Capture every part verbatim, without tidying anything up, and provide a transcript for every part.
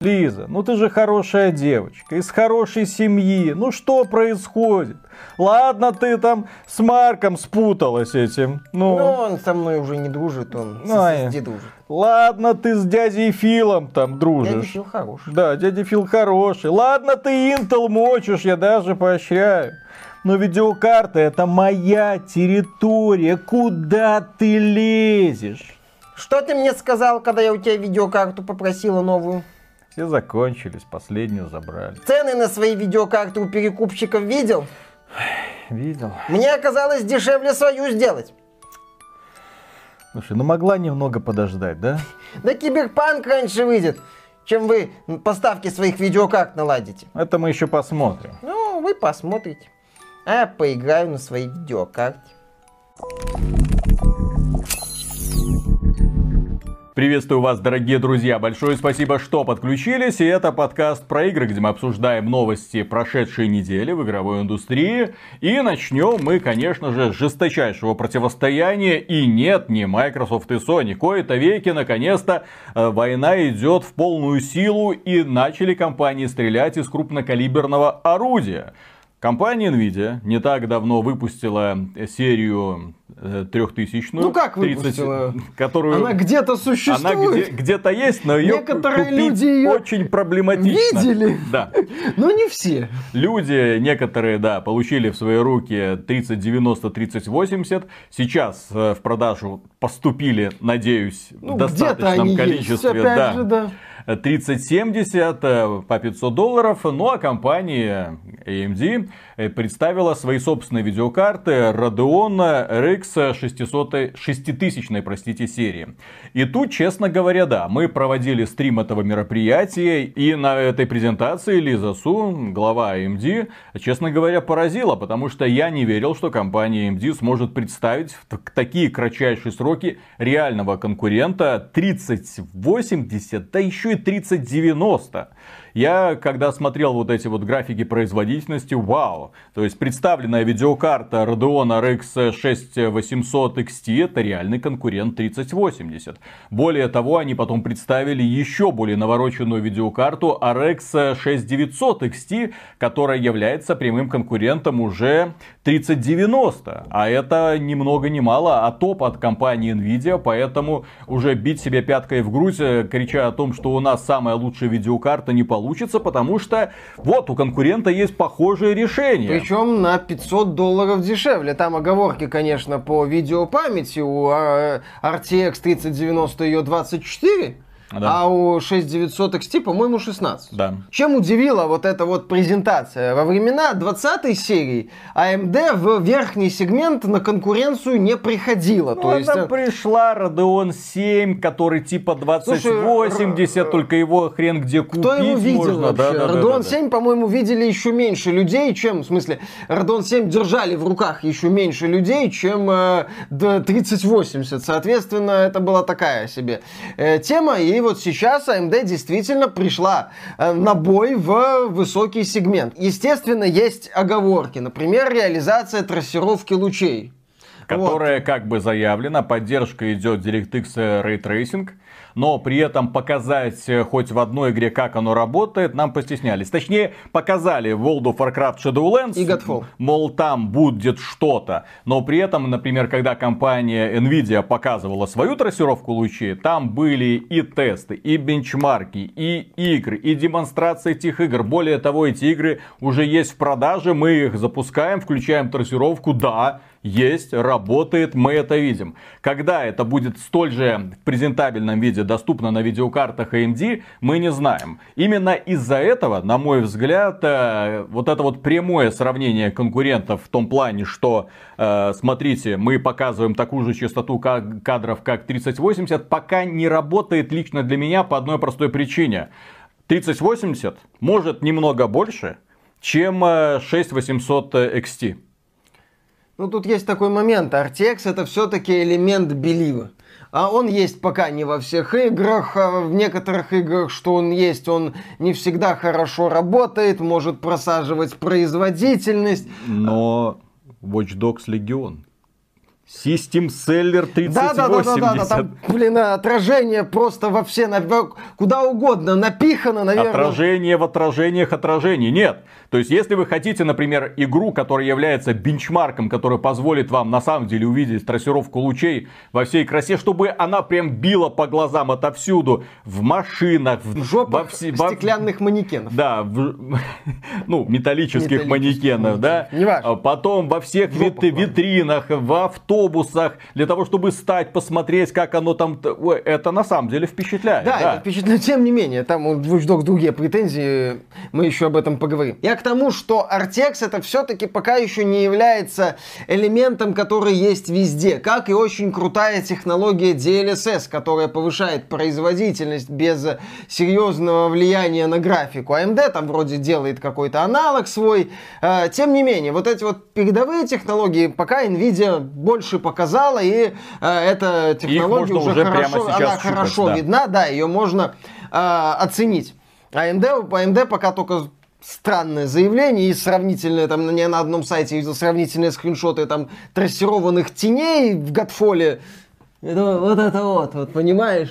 Лиза, ну ты же хорошая девочка, из хорошей семьи, ну что происходит? Ладно, ты там с Марком спуталась этим. Ну, ну он со мной уже не дружит, он ну, с эс эс ди дружит. Ладно, ты с дядей Филом там дружишь. Дядя Фил хороший. Да, дядя Фил хороший. Ладно, ты Intel мочишь, я даже поощряю. Но видеокарта — это моя территория. Куда ты лезешь? Что ты мне сказал, когда я у тебя видеокарту попросила новую? Все закончились, последнюю забрали. Цены на свои видеокарты у перекупщиков видел? Видел. Мне оказалось дешевле свою сделать. Слушай, ну могла немного подождать, да? Да Киберпанк раньше выйдет, чем вы поставки своих видеокарт наладите. Это мы еще посмотрим. Ну, вы посмотрите. А я поиграю на своей видеокарте. Приветствую вас, дорогие друзья. Большое спасибо, что подключились. И это подкаст про игры, где мы обсуждаем новости прошедшей недели в игровой индустрии. И начнем мы, конечно же, с жесточайшего противостояния. И нет, не Microsoft и Sony. Кои-то веки, наконец-то, война идет в полную силу. И начали компании стрелять из крупнокалиберного орудия. Компания Nvidia не так давно выпустила серию трехтысячную. Ну как выпустила? тридцать, которую... Она где-то существует. Она где- где-то есть, но ее Некоторые купить люди ее очень проблематично. видели. Да. Но не все. Люди, некоторые, да, получили в свои руки тридцать девяносто, тридцать восемьдесят. Сейчас э, в продажу поступили, надеюсь, Ну, в достаточном где-то они количестве. есть, опять да. же, да. тридцать семьдесят э, по пятьсот долларов. Ну а компания эй эм ди э, представила свои собственные видеокарты Radeon эр икс шестьсот, шеститысячной, простите, серии. И тут, честно говоря, да, мы проводили стрим этого мероприятия, и на этой презентации Лиза Су, глава эй эм ди, честно говоря, поразила, потому что я не верил, что компания эй эм ди сможет представить в такие кратчайшие сроки реального конкурента тридцать восемьдесят, да еще и тридцать девяносто. Я, когда смотрел вот эти вот графики производительности, вау. То есть представленная видеокарта Radeon эр икс шесть тысяч восемьсот икс ти это реальный конкурент тридцать восемьдесят. Более того, они потом представили еще более навороченную видеокарту ар экс шесть тысяч девятьсот икс ти, которая является прямым конкурентом уже тридцать девяносто. А это ни много ни мало, а топ от компании Nvidia, поэтому уже бить себе пяткой в грудь, крича о том, что у нас самая лучшая видеокарта, не получится, потому что вот у конкурента есть похожие решения. Причем на пятьсот долларов дешевле. Там оговорки, конечно, по видеопамяти. У ар ти экс тридцать девяносто ее двадцать четыре. Да. А у шесть тысяч девятьсот икс ти, по-моему, шестнадцать. Да. Чем удивила вот эта вот презентация? Во времена двадцатой серии эй эм ди в верхний сегмент на конкуренцию не приходила. Ну, То она есть... пришла Radeon семь, который типа двадцать восемьдесят, только его хрен где купить кто его видел можно. вообще? Да, да, Radeon да, да, семь, по-моему, видели еще меньше людей, чем... В смысле, Radeon семь держали в руках еще меньше людей, чем э, тридцать восемьдесят. Соответственно, это была такая себе э, тема. И вот сейчас эй эм ди действительно пришла э, на бой в высокий сегмент. Естественно, есть оговорки. Например, реализация трассировки лучей. Которая, Вот. как бы заявлена, поддержка идет DirectX Ray Tracing, но при этом показать хоть в одной игре, как оно работает, нам постеснялись. Точнее, показали в World of Warcraft Shadowlands, И Godfall. мол, там будет что-то. Но при этом, например, когда компания Nvidia показывала свою трассировку лучей, там были и тесты, и бенчмарки, и игры, и демонстрации этих игр. Более того, эти игры уже есть в продаже, мы их запускаем, включаем трассировку, да, есть, работает, мы это видим. Когда это будет столь же в презентабельном виде доступно на видеокартах эй эм ди, мы не знаем. Именно из-за этого, на мой взгляд, вот это вот прямое сравнение конкурентов в том плане, что, смотрите, мы показываем такую же частоту кадров, как тридцать восемьдесят, пока не работает лично для меня по одной простой причине. тридцать восемьдесят может немного больше, чем шесть тысяч восемьсот икс ти. Ну, тут есть такой момент. ар ти экс это все-таки элемент белива. А он есть пока не во всех играх. А в некоторых играх, что он есть, он не всегда хорошо работает, может просаживать производительность. Но Watch Dogs Legion System Seller тридцать восемьдесят. Да, да, да, да, там, блин, отражение просто во все, куда угодно напихано, наверное. Отражение в отражениях отражений. Нет. То есть, если вы хотите, например, игру, которая является бенчмарком, который позволит вам на самом деле увидеть трассировку лучей во всей красе, чтобы она прям била по глазам отовсюду, в машинах, в жопах все... стеклянных манекенов. Да, в... ну, металлических манекенов, да. Неважно. Потом во всех вит... витринах, в автобусах, для того, чтобы стать, посмотреть, как оно там... Ой, это на самом деле впечатляет. Да, да. это впечатляет. Тем не менее, там у Watch Dogs другие претензии, мы еще об этом поговорим. Я к тому, что ар ти экс это все-таки пока еще не является элементом, который есть везде, как и очень крутая технология ди эл эс эс, которая повышает производительность без серьезного влияния на графику. эй эм ди там вроде делает какой-то аналог свой. Тем не менее, вот эти вот передовые технологии пока Nvidia больше показала, и эта технология уже, уже хорошо, она щупать, хорошо да. видна, да, ее можно оценить. эй эм ди, эй эм ди пока только странное заявление и сравнительное, там не на одном сайте видел сравнительные скриншоты там трассированных теней в Godfall. Это, вот это вот, вот понимаешь?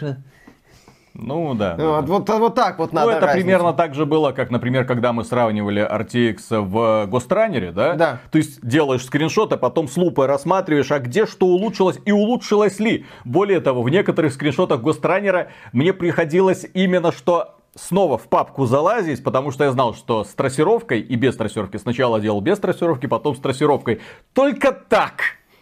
Ну да. Вот, да. вот, вот так вот надо. Ну это разницу. примерно так же было, как, например, когда мы сравнивали ар ти экс в Ghost Runner, да? Да. То есть делаешь скриншот, а потом с лупой рассматриваешь, а где что улучшилось и улучшилось ли. Более того, в некоторых скриншотах Ghost Runner мне приходилось именно что... снова в папку залазить, потому что я знал, что с трассировкой и без трассировки. Сначала делал без трассировки, потом с трассировкой. Только так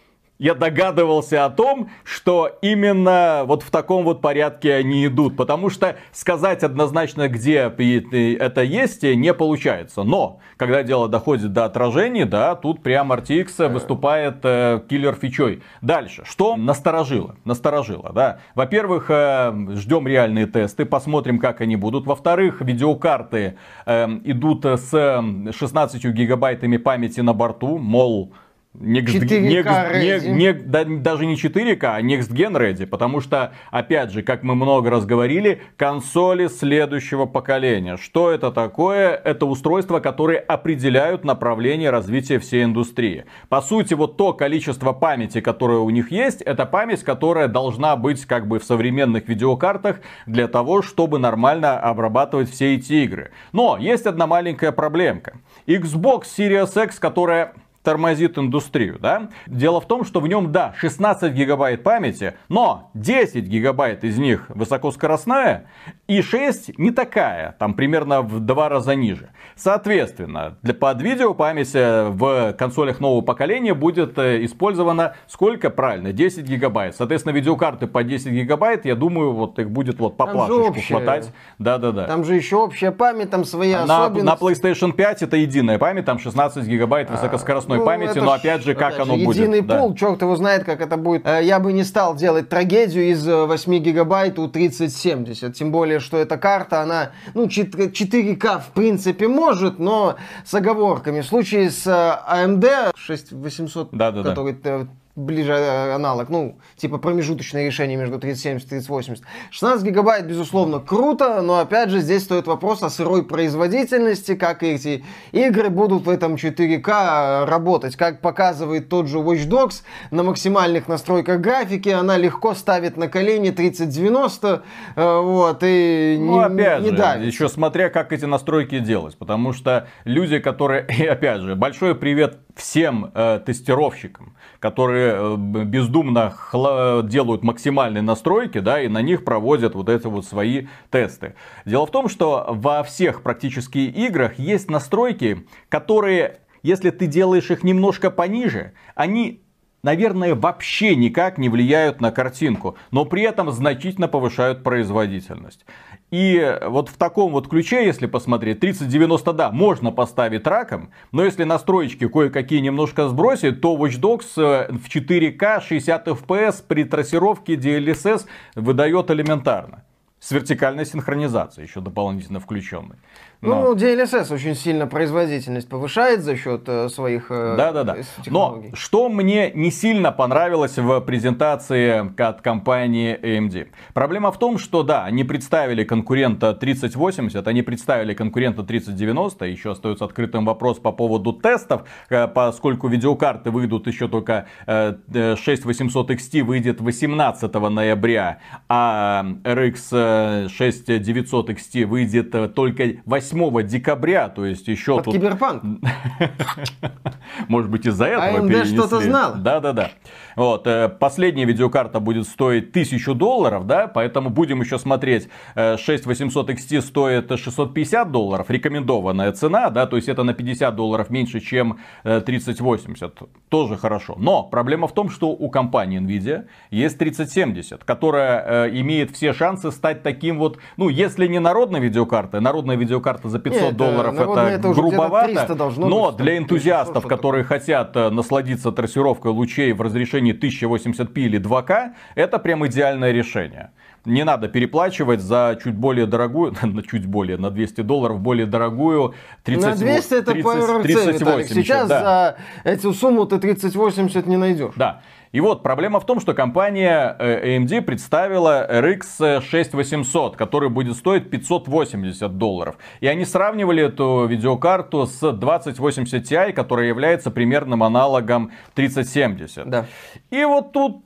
я догадывался о том, что именно вот в таком вот порядке они идут. Потому что сказать однозначно, где это есть, не получается. Но, когда дело доходит до отражений, да, тут прям ар ти экс выступает э, киллер-фичой. Дальше. Что насторожило? Насторожило, да. Во-первых, э, ждем реальные тесты, посмотрим, как они будут. Во-вторых, видеокарты э, идут с шестнадцатью гигабайтами памяти на борту, мол... Next, четыре ка next, не, не, да, даже не четыре ка, а Next Gen Ready. Потому что, опять же, как мы много раз говорили, консоли следующего поколения. Что это такое? Это устройства, которые определяют направление развития всей индустрии. По сути, вот то количество памяти, которое у них есть, это память, которая должна быть как бы в современных видеокартах для того, чтобы нормально обрабатывать все эти игры. Но есть одна маленькая проблемка. Xbox Series X, которая... тормозит индустрию, да? Дело в том, что в нем, да, шестнадцать гигабайт памяти, но десять гигабайт из них высокоскоростная и шесть не такая, там примерно в два раза ниже. Соответственно, для, под видео память в консолях нового поколения будет использовано сколько? Правильно, десять гигабайт. Соответственно, видеокарты по десять гигабайт, я думаю, вот их будет вот по плашечку хватать. Да-да-да. Там же еще общая память, там свои на, особенности. На PlayStation пять это единая память, там шестнадцать гигабайт высокоскоростной ну, памяти, но опять же, как опять оно же, будет. Единый пул, да. Черт его знает, как это будет. Я бы не стал делать трагедию из восьми гигабайт у тридцать семьдесят. Тем более, что эта карта, она, ну, четыре ка в принципе может, но с оговорками. В случае с эй эм ди шесть тысяч восемьсот, да, да, который... Да. ближе аналог, ну, типа промежуточное решение между тридцать семьдесят и тридцать восемьдесят. шестнадцать гигабайт, безусловно, круто, но опять же здесь стоит вопрос о сырой производительности, как эти игры будут в этом четыре ка работать. Как показывает тот же Watch Dogs, на максимальных настройках графики она легко ставит на колени тридцать девяносто, вот, и ну, не, опять не же, давит. Еще смотря, как эти настройки делать, потому что люди, которые, и опять же, большой привет всем э, тестировщикам, которые бездумно делают максимальные настройки, да, и на них проводят вот эти вот свои тесты. Дело в том, что во всех практически играх есть настройки, которые, если ты делаешь их немножко пониже, они, наверное, вообще никак не влияют на картинку, но при этом значительно повышают производительность. И вот в таком вот ключе, если посмотреть, тридцать девяносто, да, можно поставить раком, но если настроечки кое-какие немножко сбросить, то Watch Dogs в четыре ка шестьдесят эф пи эс при трассировке ди эл эс эс выдает элементарно. с вертикальной синхронизацией еще дополнительно включенной. Но... Ну, ди эл эс эс очень сильно производительность повышает за счет э, своих э, Да-да-да. технологий. Но что мне не сильно понравилось в презентации от компании эй эм ди? Проблема в том, что да, они представили конкурента тридцать восемьдесят, они представили конкурента тридцать девяносто, еще остается открытым вопрос по поводу тестов, поскольку видеокарты выйдут еще только шесть тысяч восемьсот икс ти выйдет восемнадцатого ноября, а эр икс шесть тысяч девятьсот икс ти выйдет только восьмого декабря, то есть еще Под тут... Киберпанк. Может быть, из-за этого эй эм ди перенесли. что-то знала. Да-да-да. Вот, последняя видеокарта будет стоить тысячу долларов, да, поэтому будем еще смотреть. шесть тысяч восемьсот икс ти стоит шестьсот пятьдесят долларов, рекомендованная цена, да, то есть это на пятьдесят долларов меньше, чем тридцать восемьдесят, тоже хорошо. Но проблема в том, что у компании Nvidia есть тридцать семьдесят, которая э, имеет все шансы стать таким вот, ну, если не народной видеокартой, народная видеокарта за пятьсот Нет, долларов это, это грубовато, но быть, для энтузиастов, что-то которые хотят насладиться трассировкой лучей в разрешении тысяча восемьдесят пи или два ка, это прям идеальное решение. Не надо переплачивать за чуть более дорогую, на чуть более, на двести долларов более дорогую тридцать, на двести это по эр эр си, Виталик. Сейчас да. За эту сумму ты тридцать восемьдесят не найдешь. Да. И вот проблема в том, что компания эй эм ди представила эр икс шесть тысяч восемьсот, который будет стоить пятьсот восемьдесят долларов. И они сравнивали эту видеокарту с двадцать восемьдесят ти, которая является примерным аналогом тридцать семьдесят. Да. И вот тут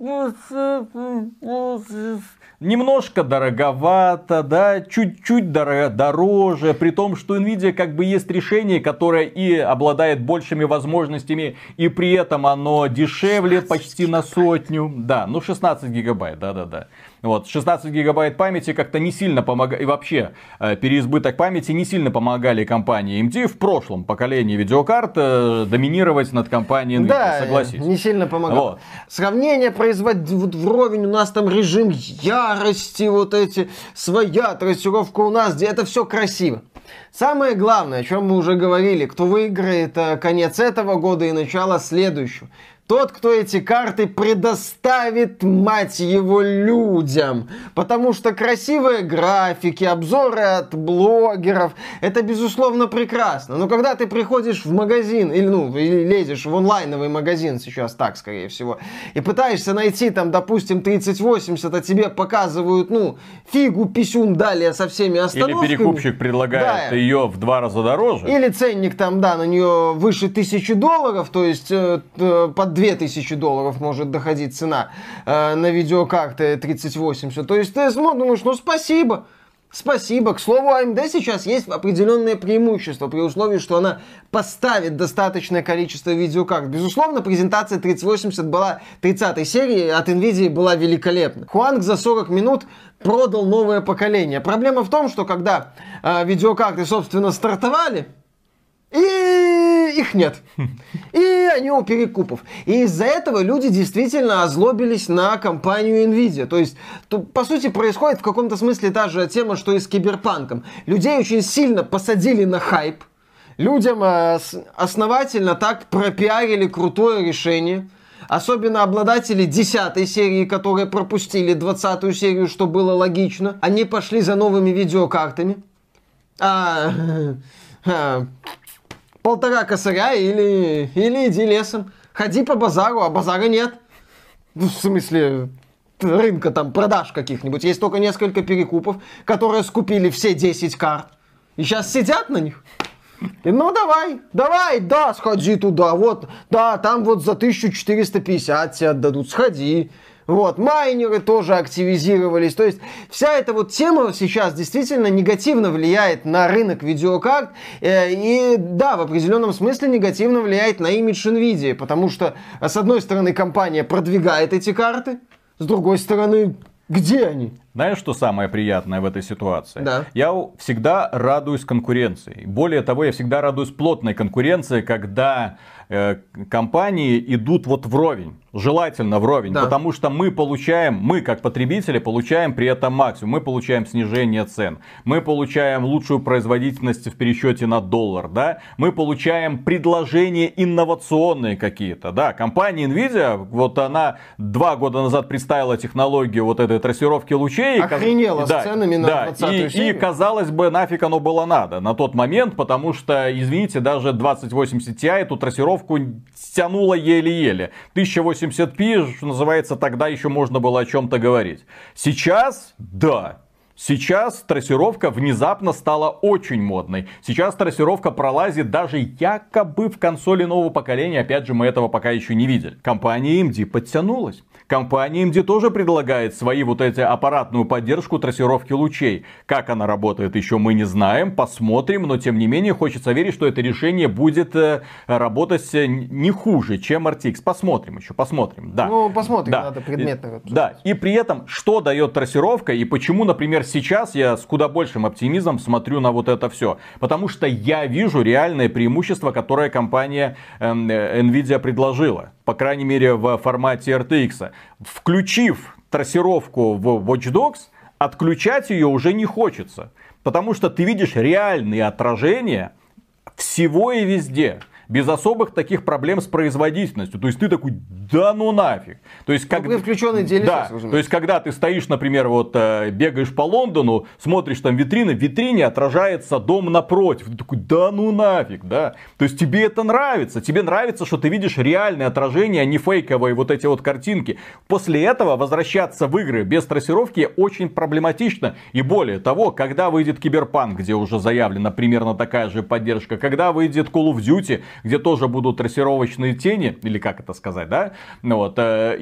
немножко дороговато, да, чуть-чуть дороже, при том, что Nvidia как бы есть решение, которое и обладает большими возможностями, и при этом оно дешевле почти на сотню. Да, ну шестнадцать гигабайт, да-да-да. Вот, шестнадцать гигабайт памяти как-то не сильно помогали, и вообще переизбыток памяти не сильно помогали компании эй эм ди в прошлом поколении видеокарт доминировать над компанией Nvidia, да, согласись. Не сильно помогало. Вот. Сравнение производить вот вровень, у нас там режим ярости, вот эти, своя трассировка у нас, где это все красиво. Самое главное, о чем мы уже говорили, кто выиграет конец этого года и начало следующего. Тот, кто эти карты предоставит, мать его, людям. Потому что красивые графики, обзоры от блогеров, это безусловно прекрасно. Но когда ты приходишь в магазин, или, ну, или лезешь в онлайновый магазин, сейчас так, скорее всего, и пытаешься найти там, допустим, тридцать восемьдесят, а тебе показывают, ну, фигу, писюн далее со всеми остановками. Или перекупщик предлагает да. ее в два раза дороже. Или ценник там, да, на нее выше тысячи долларов, то есть э, под две тысячи долларов может доходить цена э, на видеокарты тридцать восемьдесят. То есть ты смотришь, ну спасибо. Спасибо. К слову, эй эм ди сейчас есть определенное преимущество, при условии, что она поставит достаточное количество видеокарт. Безусловно, презентация тридцать восемьдесят была тридцатой серии, от Nvidia была великолепна. Хуанг за сорок минут продал новое поколение. Проблема в том, что когда э, видеокарты, собственно, стартовали, и их нет. И они у перекупов. И из-за этого люди действительно озлобились на компанию Nvidia. То есть, то, по сути, происходит в каком-то смысле та же тема, что и с Киберпанком. Людей очень сильно посадили на хайп. Людям э, основательно так пропиарили крутое решение. Особенно обладатели десятой серии, которые пропустили двадцатую серию, что было логично. Они пошли за новыми видеокартами. А... а полтора косаря или, или иди лесом. Ходи по базару, а базара нет. В смысле, рынка там, продаж каких-нибудь. Есть только несколько перекупов, которые скупили все десять карт. И сейчас сидят на них. И, ну давай, давай, да, сходи туда. Вот, да, там вот за тысячу четыреста пятьдесят тебе отдадут. Сходи. Вот, майнеры тоже активизировались. То есть, вся эта вот тема сейчас действительно негативно влияет на рынок видеокарт. Э, и, да, в определенном смысле негативно влияет на имидж Nvidia. Потому что, с одной стороны, компания продвигает эти карты. С другой стороны, где они? Знаешь, что самое приятное в этой ситуации? Да. Я всегда радуюсь конкуренции. Более того, я всегда радуюсь плотной конкуренции, когда э, компании идут вот вровень. Желательно вровень, да. Потому что мы получаем, мы как потребители получаем при этом максимум. Мы получаем снижение цен, мы получаем лучшую производительность в пересчете на доллар, да? Мы получаем предложения инновационные какие-то. Да? Компания Nvidia, вот она два года назад представила технологию вот этой трассировки лучей, лучей. Охренело да, с ценами на да, двадцатую и, серию. и, казалось бы, нафиг оно было надо на тот момент, потому что, извините, даже двадцать восемьдесят Ti эту трассировку тянуло еле-еле. тысяча восемьдесят пи, что называется, тогда еще можно было о чем-то говорить. Сейчас, да. Сейчас трассировка внезапно стала очень модной. Сейчас трассировка пролазит даже якобы в консоли нового поколения. Опять же, мы этого пока еще не видели. Компания эй эм ди подтянулась. Компания эй эм ди тоже предлагает свои вот эти аппаратную поддержку трассировки лучей. Как она работает, еще мы не знаем. Посмотрим. Но тем не менее, хочется верить, что это решение будет э, работать не хуже, чем эр ти экс. Посмотрим еще, посмотрим. Да. Ну, посмотрим, да. надо предметно. И, да. И при этом, что дает трассировка и почему, например, сейчас я с куда большим оптимизмом смотрю на вот это все. Потому что я вижу реальное преимущество, которое компания э, Nvidia предложила. По крайней мере в формате эр ти экс. Включив трассировку в Watch Dogs, отключать ее уже не хочется. Потому что ты видишь реальные отражения всего и везде. Без особых таких проблем с производительностью. То есть ты такой, да ну нафиг. То есть, как... При включенной деле. Да, то есть когда ты стоишь, например, вот бегаешь по Лондону, смотришь там витрины, в витрине отражается дом напротив. Ты такой, да ну нафиг, да. То есть тебе это нравится. Тебе нравится, что ты видишь реальные отражения, а не фейковые вот эти вот картинки. После этого возвращаться в игры без трассировки очень проблематично. И более того, когда выйдет Киберпанк, где уже заявлена примерно такая же поддержка, когда выйдет Call of Duty, где тоже будут трассировочные тени, или как это сказать, да, вот, э,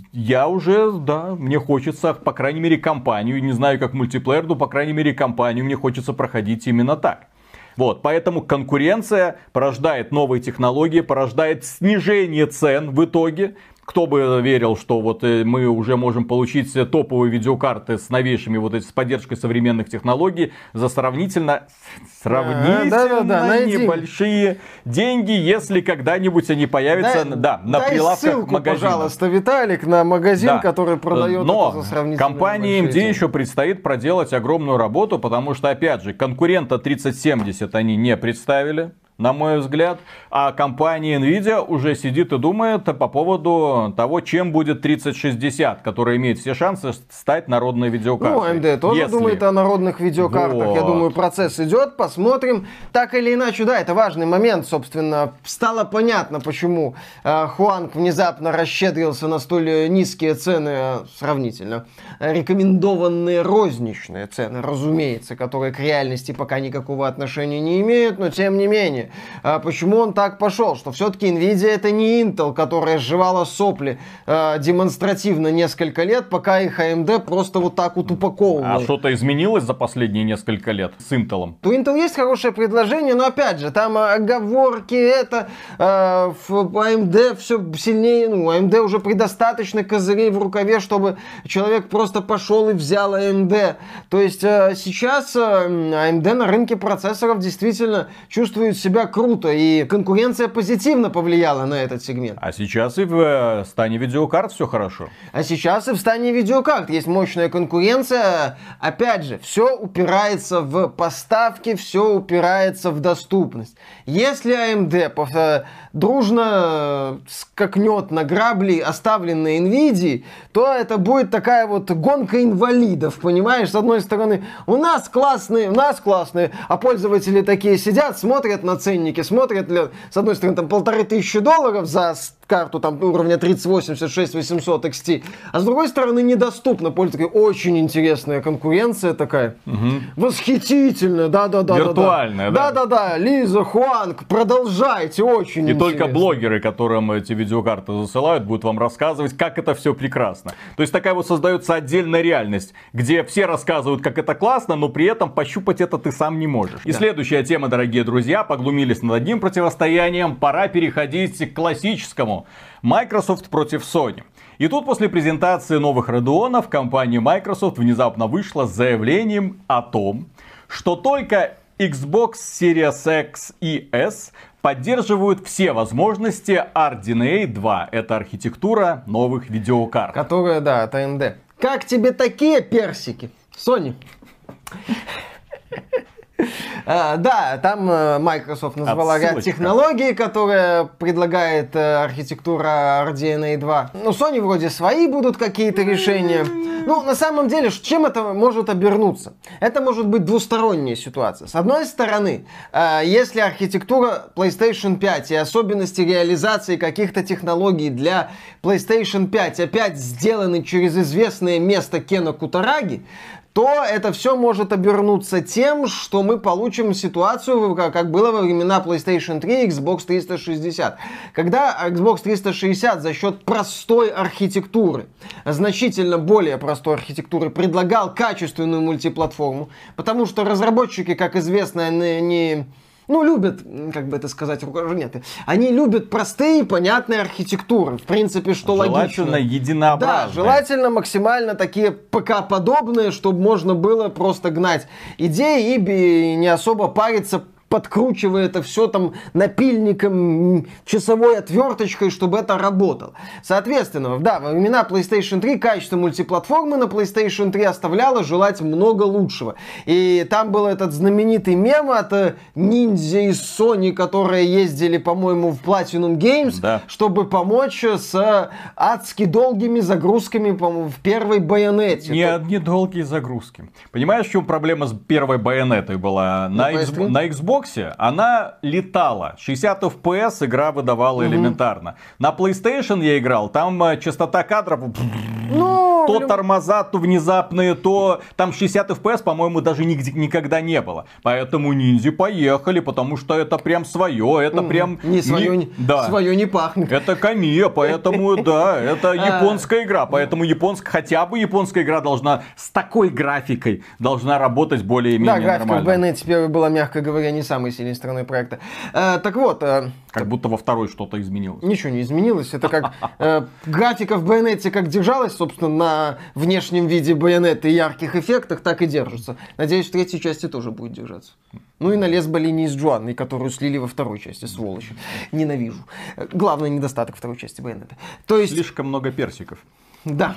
я уже, да, мне хочется, по крайней мере, кампанию, не знаю, как мультиплеер, но, по крайней мере, кампанию мне хочется проходить именно так. Вот, поэтому конкуренция порождает новые технологии, порождает снижение цен в итоге. Кто бы верил, что вот мы уже можем получить топовые видеокарты с новейшими, вот эти, с поддержкой современных технологий за сравнительно, сравнительно да, да, да, небольшие деньги, если когда-нибудь они появятся, дай, да, на дай прилавках ссылку, магазинов. Пожалуйста, Виталик, на магазин, да. который продает Но это за сравнительно компании эй эм ди еще предстоит проделать огромную работу, потому что, опять же, конкурента тридцать семьдесят они не представили. На мой взгляд, а компания Nvidia уже сидит и думает по поводу того, чем будет тридцать шестьдесят, которая имеет все шансы стать народной видеокартой. Ну, эй эм ди тоже Если... думает о народных видеокартах. Вот. Я думаю, процесс идет, посмотрим. Так или иначе, да, это важный момент, собственно. Стало понятно, почему э, Хуанг внезапно расщедрился на столь низкие цены, э, сравнительно рекомендованные розничные цены, разумеется, которые к реальности пока никакого отношения не имеют, но тем не менее. А почему он так пошел? Что все-таки Nvidia это не Intel, которая сживала сопли э, демонстративно несколько лет, пока их эй эм ди просто вот так вот упаковывала. А что-то изменилось за последние несколько лет с Intel? У Intel есть хорошее предложение, но опять же, там оговорки, это э, в эй эм ди все сильнее, ну, эй эм ди уже предостаточно козырей в рукаве, чтобы человек просто пошел и взял эй эм ди. То есть э, сейчас э, эй эм ди на рынке процессоров действительно чувствует себя круто, и конкуренция позитивно повлияла на этот сегмент. А сейчас и в стане видеокарт все хорошо. А сейчас и в стане видеокарт есть мощная конкуренция. Опять же, все упирается в поставки, все упирается в доступность. Если эй эм ди дружно скакнет на грабли, оставленные Nvidia, то это будет такая вот гонка инвалидов, понимаешь? С одной стороны, у нас классные, у нас классные, а пользователи такие сидят, смотрят на ценники, смотрят, с одной стороны, там полторы тысячи долларов за карту там уровня тридцать восемьдесят шесть восемьсот икс ти, а с другой стороны, недоступно пользователю. Очень интересная конкуренция такая. Угу. Восхитительная, да-да-да. Виртуальная, да. Да-да-да, Лиза, Хуанг, продолжайте, очень И интересно. только блогеры, которым эти видеокарты засылают, будут вам рассказывать, как это все прекрасно. То есть такая вот создается отдельная реальность, где все рассказывают, как это классно, но при этом пощупать это ты сам не можешь. И да. Следующая тема, дорогие друзья, поглумились над одним противостоянием, пора переходить к классическому. Microsoft против Sony. И тут после презентации новых Radeon'ов компания Microsoft внезапно вышла с заявлением о том, что только Xbox Series X и S поддерживают все возможности ар ди эн эй два. Это архитектура новых видеокарт. Которая, да, от эй эм ди. Как тебе такие персики, Sony? А, да, там э, Microsoft назвала Отсылочка. ряд технологий, которые предлагает э, архитектура ар ди эн эй два. Ну, Sony вроде свои будут какие-то решения. Ну, на самом деле, чем это может обернуться? Это может быть двусторонняя ситуация. С одной стороны, э, если архитектура PlayStation пять и особенности реализации каких-то технологий для PlayStation пять опять сделаны через известное место Кена Кутараги, то это все может обернуться тем, что мы получим ситуацию, как было во времена PlayStation три и Xbox триста шестьдесят. Когда Xbox триста шестьдесят за счет простой архитектуры, значительно более простой архитектуры, предлагал качественную мультиплатформу, потому что разработчики, как известно, не... Ну, любят, как бы это сказать, нет, они любят простые, понятные архитектуры. В принципе, что желательно логично. Желательно единообразные. Да, желательно максимально такие ПК-подобные, чтобы можно было просто гнать идеи и не особо париться, подкручивая это все там напильником, часовой отверточкой, чтобы это работало. Соответственно, да, во времена PlayStation три качество мультиплатформы на PlayStation три оставляло желать много лучшего. И там был этот знаменитый мем от ниндзя из Sony, которые ездили, по-моему, в Platinum Games, да. чтобы помочь с адски долгими загрузками, по-моему, в первой Байонете. Не одни долгие загрузки. Понимаешь, в чем проблема с первой Байонетой была? На, на, X... на Xbox она летала. шестьдесят эф пи эс игра выдавала угу. элементарно. На PlayStation я играл, там частота кадров... Ну, то тормоза, то внезапные, то... Там шестьдесят эф пи эс, по-моему, даже нигде, никогда не было. Поэтому ниндзя поехали, потому что это прям свое, это mm, прям... Не свое не, да. свое не пахнет. Это Камия, поэтому, да, это японская игра. Поэтому японская, хотя бы японская игра должна с такой графикой должна работать более-менее нормально. Да, графика в Байонете первой была, мягко говоря, не самой сильной стороной проекта. Так вот... Как будто во второй что-то изменилось. Ничего не изменилось. Это как э, графика в Байонете как держалась, собственно, на внешнем виде Байонета и ярких эффектах, так и держится. Надеюсь, в третьей части тоже будет держаться. Ну и на лесболинии с Джоанной, которую слили во второй части, сволочи. Ненавижу. Главный недостаток второй части Байонета. То есть... Слишком много персиков. Да.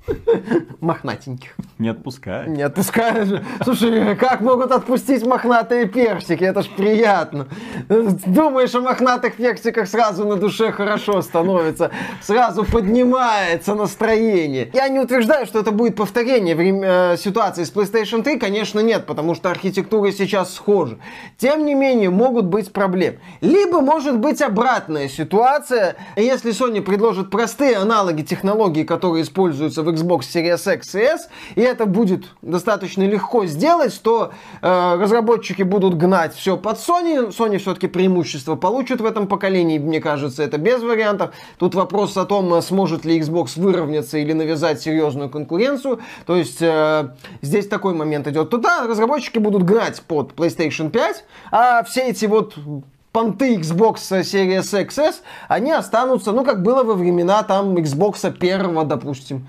Мохнатеньких. Не отпускай. Не отпускай же. Слушай, как могут отпустить мохнатые персики? Это ж приятно. Думаешь о мохнатых персиках, сразу на душе хорошо становится. Сразу поднимается настроение. Я не утверждаю, что это будет повторение время, э, ситуации с PlayStation три. Конечно, нет, потому что архитектуры сейчас схожи. Тем не менее, могут быть проблемы. Либо может быть обратная ситуация. Если Sony предложит простые аналоги технологий, которые используются в Xbox Series X и S, и это будет достаточно легко сделать, то э, разработчики будут гнать все под Sony. Sony все-таки преимущество получит в этом поколении, мне кажется, это без вариантов. Тут вопрос о том, сможет ли Xbox выровняться или навязать серьезную конкуренцию. То есть э, здесь такой момент идет. Туда разработчики будут гнать под PlayStation пять, а все эти вот понты Xbox Series X S, они останутся, ну, как было во времена там Xbox первого, допустим.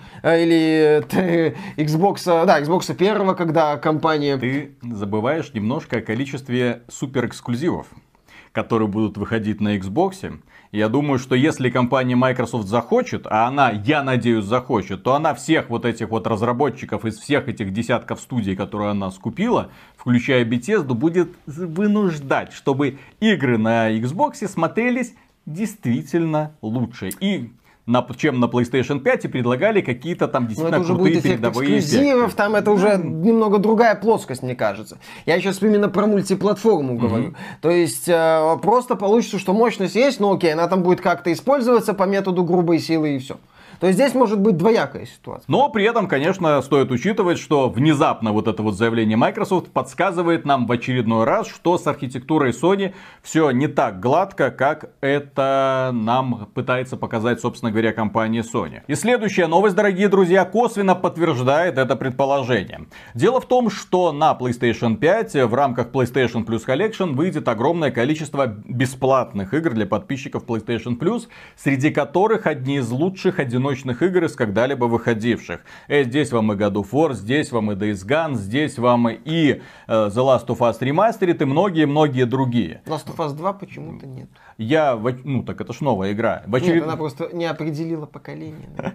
Или э, Xbox, да, Xbox первого, когда компания... Ты забываешь немножко о количестве суперэксклюзивов, которые будут выходить на Xbox. Я думаю, что если компания Microsoft захочет, а она, я надеюсь, захочет, то она всех вот этих вот разработчиков из всех этих десятков студий, которые она скупила, включая Bethesda, будет вынуждать, чтобы игры на Xbox смотрелись действительно лучше. И на, чем на PlayStation пять, и предлагали какие-то там действительно это уже крутые будет передовые эксклюзивов, эффекты. Там это уже немного другая плоскость, мне кажется. Я сейчас именно про мультиплатформу говорю. Mm-hmm. То есть э, просто получится, что мощность есть, но окей, она там будет как-то использоваться по методу грубой силы и все. То есть здесь может быть двоякая ситуация. Но при этом, конечно, стоит учитывать, что внезапно вот это вот заявление Microsoft подсказывает нам в очередной раз, что с архитектурой Sony все не так гладко, как это нам пытается показать, собственно говоря, компания Sony. И следующая новость, дорогие друзья, косвенно подтверждает это предположение. Дело в том, что на PlayStation пять в рамках PlayStation Plus Collection выйдет огромное количество бесплатных игр для подписчиков PlayStation Plus, среди которых одни из лучших одиночных игр из когда-либо выходивших. Э, здесь вам и God of War, здесь вам и Days Gone, здесь вам и э, The Last of Us Remastered и многие-многие другие. Last of Us два почему-то нет. Я, ну так это ж новая игра. В очеред... Нет, она просто не определила поколение.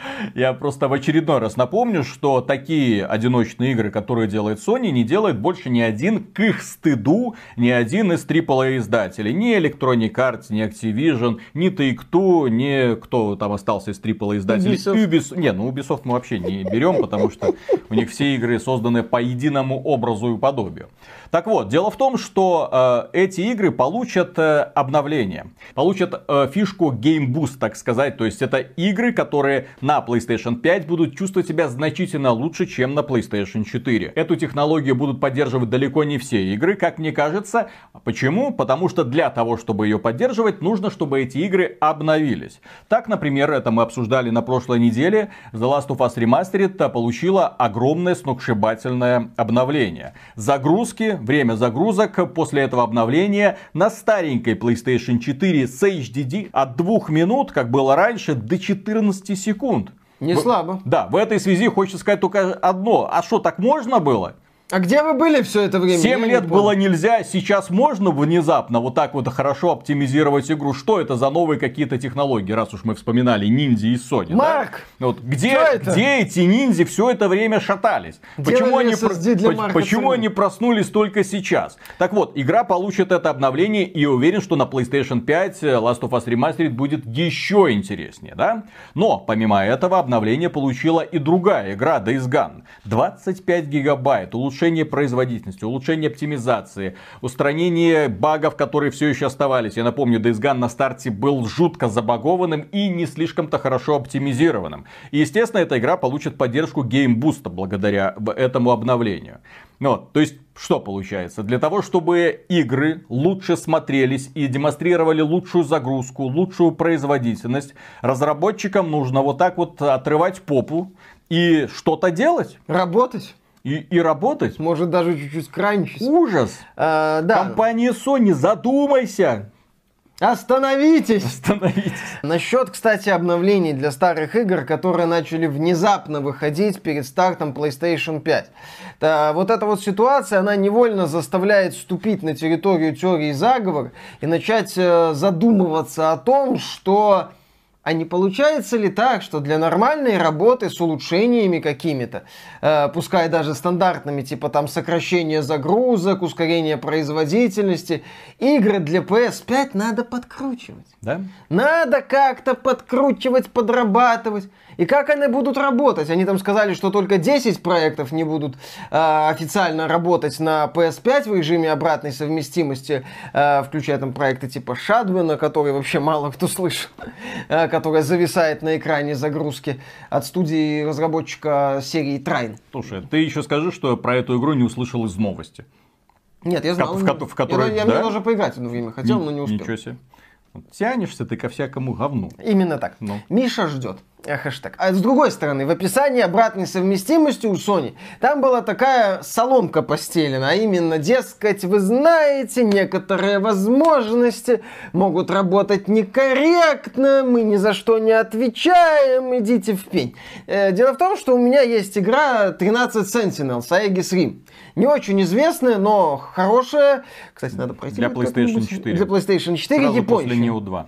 Я просто в очередной раз напомню, что такие одиночные игры, которые делает Sony, не делает больше ни один, к их стыду, ни один из трипл эй издателей. Ни Electronic Arts, ни Activision, ни Take-Two, ни кто там остался из трипл эй издателей. Ubisoft. Ubisoft. Не, ну Ubisoft мы вообще не берем, потому что у них все игры созданы по единому образу и подобию. Так вот, дело в том, что э, эти игры получат э, обновление. Получат э, фишку Game Boost, так сказать. То есть это игры, которые на PlayStation пять будут чувствовать себя значительно лучше, чем на PlayStation четыре. Эту технологию будут поддерживать далеко не все игры, как мне кажется. Почему? Потому что для того, чтобы ее поддерживать, нужно, чтобы эти игры обновились. Так, например, это мы обсуждали на прошлой неделе. The Last of Us Remastered получила огромное сногсшибательное обновление. Загрузки, время загрузок после этого обновления на старенькой PlayStation четыре с эйч ди ди от двух минут, как было раньше, до четырнадцати секунд. Не в... слабо. Да, в этой связи хочется сказать только одно. А что, так можно было? А где вы были все это время? Семь лет было нельзя, сейчас можно внезапно вот так вот хорошо оптимизировать игру. Что это за новые какие-то технологии, раз уж мы вспоминали ниндзя и Sony? Марк! Да? Вот где, где эти ниндзя все это время шатались? Почему, они, про... почему они проснулись только сейчас? Так вот, игра получит это обновление, и я уверен, что на PlayStation пять Last of Us Remastered будет еще интереснее, да? Но, помимо этого, обновление получила и другая игра, Days Gone. двадцать пять гигабайт, улучшение производительности, улучшение оптимизации, устранение багов, которые все еще оставались. Я напомню, Days Gone на старте был жутко забагованным и не слишком-то хорошо оптимизированным. И, естественно, эта игра получит поддержку Game Boost благодаря этому обновлению. Вот, то есть, что получается? Для того, чтобы игры лучше смотрелись и демонстрировали лучшую загрузку, лучшую производительность, разработчикам нужно вот так вот отрывать попу и что-то делать. Работать. И, и работать. Может даже чуть-чуть кранчить. Ужас. А, да. Компания Sony, задумайся. Остановитесь! Остановитесь. Насчет, кстати, обновлений для старых игр, которые начали внезапно выходить перед стартом PlayStation пять. Да, вот эта вот ситуация, она невольно заставляет вступить на территорию теории заговора и начать э, задумываться о том, что... А не получается ли так, что для нормальной работы с улучшениями какими-то, э, пускай даже стандартными, типа там сокращение загрузок, ускорение производительности, игры для пи эс пять надо подкручивать? Да? Надо как-то подкручивать, подрабатывать. И как они будут работать? Они там сказали, что только десять проектов не будут э, официально работать на пи эс пять в режиме обратной совместимости, э, включая там проекты типа Shadowman, который вообще мало кто слышал, э, которая зависает на экране загрузки от студии разработчика серии Trine. Слушай, ты еще скажи, что про эту игру не услышал из новости. Нет, я знал. В, в, в которой, я, я да? мне тоже поиграть одно время хотел, Ни, но не успел. Ничего себе. Тянешься ты ко всякому говну. Именно так. Ну. Миша ждет. Хэштег. А с другой стороны, в описании обратной совместимости у Sony там была такая соломка постелена, а именно, дескать, вы знаете, некоторые возможности могут работать некорректно, мы ни за что не отвечаем, идите в пень. Дело в том, что у меня есть игра тринадцать Sentinels, Aegis Rim. Не очень известная, но хорошая. Кстати, надо пройти. Для PlayStation четыре. Для PlayStation четыре японщина. После Нео два.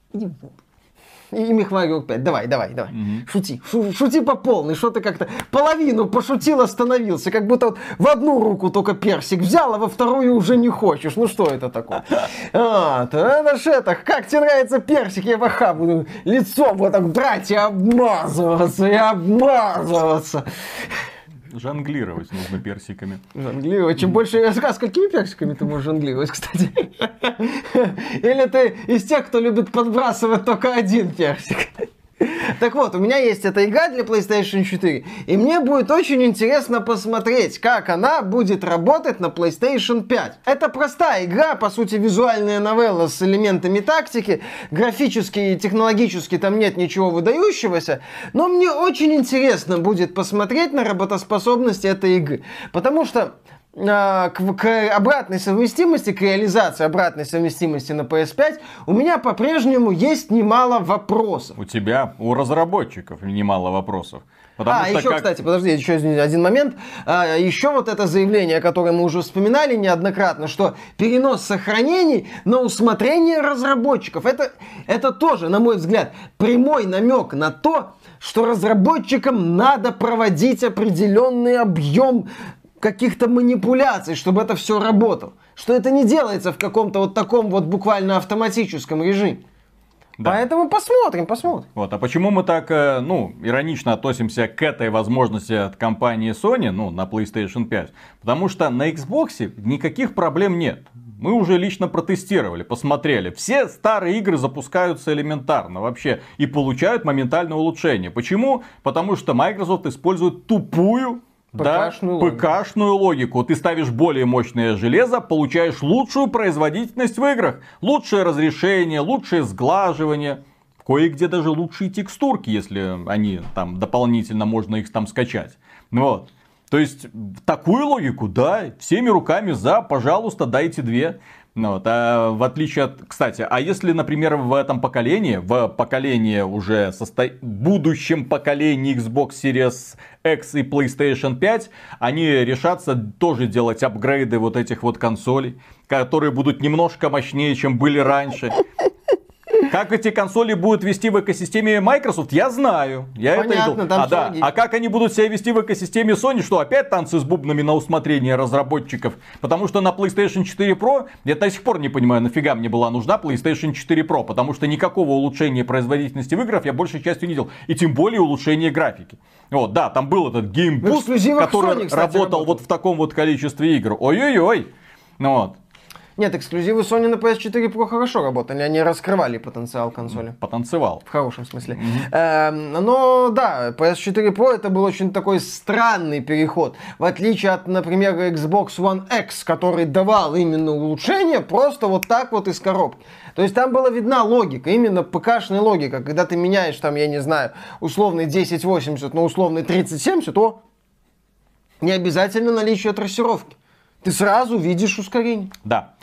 И Мехвариор пять. Давай, давай, давай. Угу. Шути. Шу, шути по полной. Что ты как-то половину пошутил, остановился. Как будто вот в одну руку только персик взял, а во вторую уже не хочешь. Ну что это такое? А, это ж это, как тебе нравится персик? Я воха буду лицом вот так брать и обмазываться, и обмазываться. Жонглировать нужно персиками. Жонглировать. Чем больше... А с какими персиками ты можешь жонглировать, кстати? Или ты из тех, кто любит подбрасывать только один персик? Так вот, у меня есть эта игра для PlayStation четыре, и мне будет очень интересно посмотреть, как она будет работать на PlayStation пять. Это простая игра, по сути, визуальная новелла с элементами тактики, графически и технологически там нет ничего выдающегося, но мне очень интересно будет посмотреть на работоспособность этой игры, потому что к, к обратной совместимости, к реализации обратной совместимости на пи эс пять, у меня по-прежнему есть немало вопросов. У тебя, у разработчиков немало вопросов. Потому а, еще, как... кстати, подожди, еще один момент. А, еще вот это заявление, которое мы уже вспоминали неоднократно, что перенос сохранений на усмотрение разработчиков. Это, это тоже, на мой взгляд, прямой намек на то, что разработчикам надо проводить определенный объем каких-то манипуляций, чтобы это все работало. Что это не делается в каком-то вот таком вот буквально автоматическом режиме. Да. Поэтому посмотрим, посмотрим. Вот, а почему мы так, ну, иронично относимся к этой возможности от компании Sony, ну, на PlayStation пять? Потому что на Xbox никаких проблем нет. Мы уже лично протестировали, посмотрели. Все старые игры запускаются элементарно вообще и получают моментальное улучшение. Почему? Потому что Microsoft использует тупую ПК-шную, да, ПК-шную логику. Ты ставишь более мощное железо, получаешь лучшую производительность в играх. Лучшее разрешение, лучшее сглаживание. Кое-где даже лучшие текстурки, если они там дополнительно можно их там скачать. Вот. То есть, такую логику, да, всеми руками за, пожалуйста, дайте две. Вот, а в отличие от... Кстати, а если, например, в этом поколении, в поколении уже состо... будущем поколении Xbox Series X и PlayStation пять, они решатся тоже делать апгрейды вот этих вот консолей, которые будут немножко мощнее, чем были раньше. Как эти консоли будут вести в экосистеме Microsoft, я знаю. Я Понятно, это там а, да. а как они будут себя вести в экосистеме Sony? Что, опять танцы с бубнами на усмотрение разработчиков? Потому что на PlayStation четыре Pro, я до сих пор не понимаю, нафига мне была нужна PlayStation четыре Pro. Потому что никакого улучшения производительности в играх я большей частью не видел. И тем более улучшения графики. Вот, да, там был этот геймбуст, который Sony, кстати, работал, работал вот в таком вот количестве игр. Ой-ой-ой. Ну вот. Нет, эксклюзивы Sony на пи эс четыре Pro хорошо работали, они раскрывали потенциал консоли. Потанцевал. В хорошем смысле. Mm-hmm. Эм, но да, пи эс четыре Pro это был очень такой странный переход. В отличие от, например, Xbox One X, который давал именно улучшение просто вот так вот из коробки. То есть там была видна логика, именно ПК-шная логика. Когда ты меняешь там, я не знаю, условный десять восемьдесят на условный тридцать семьдесят, то не обязательно наличие трассировки. Ты сразу видишь ускорение. Да.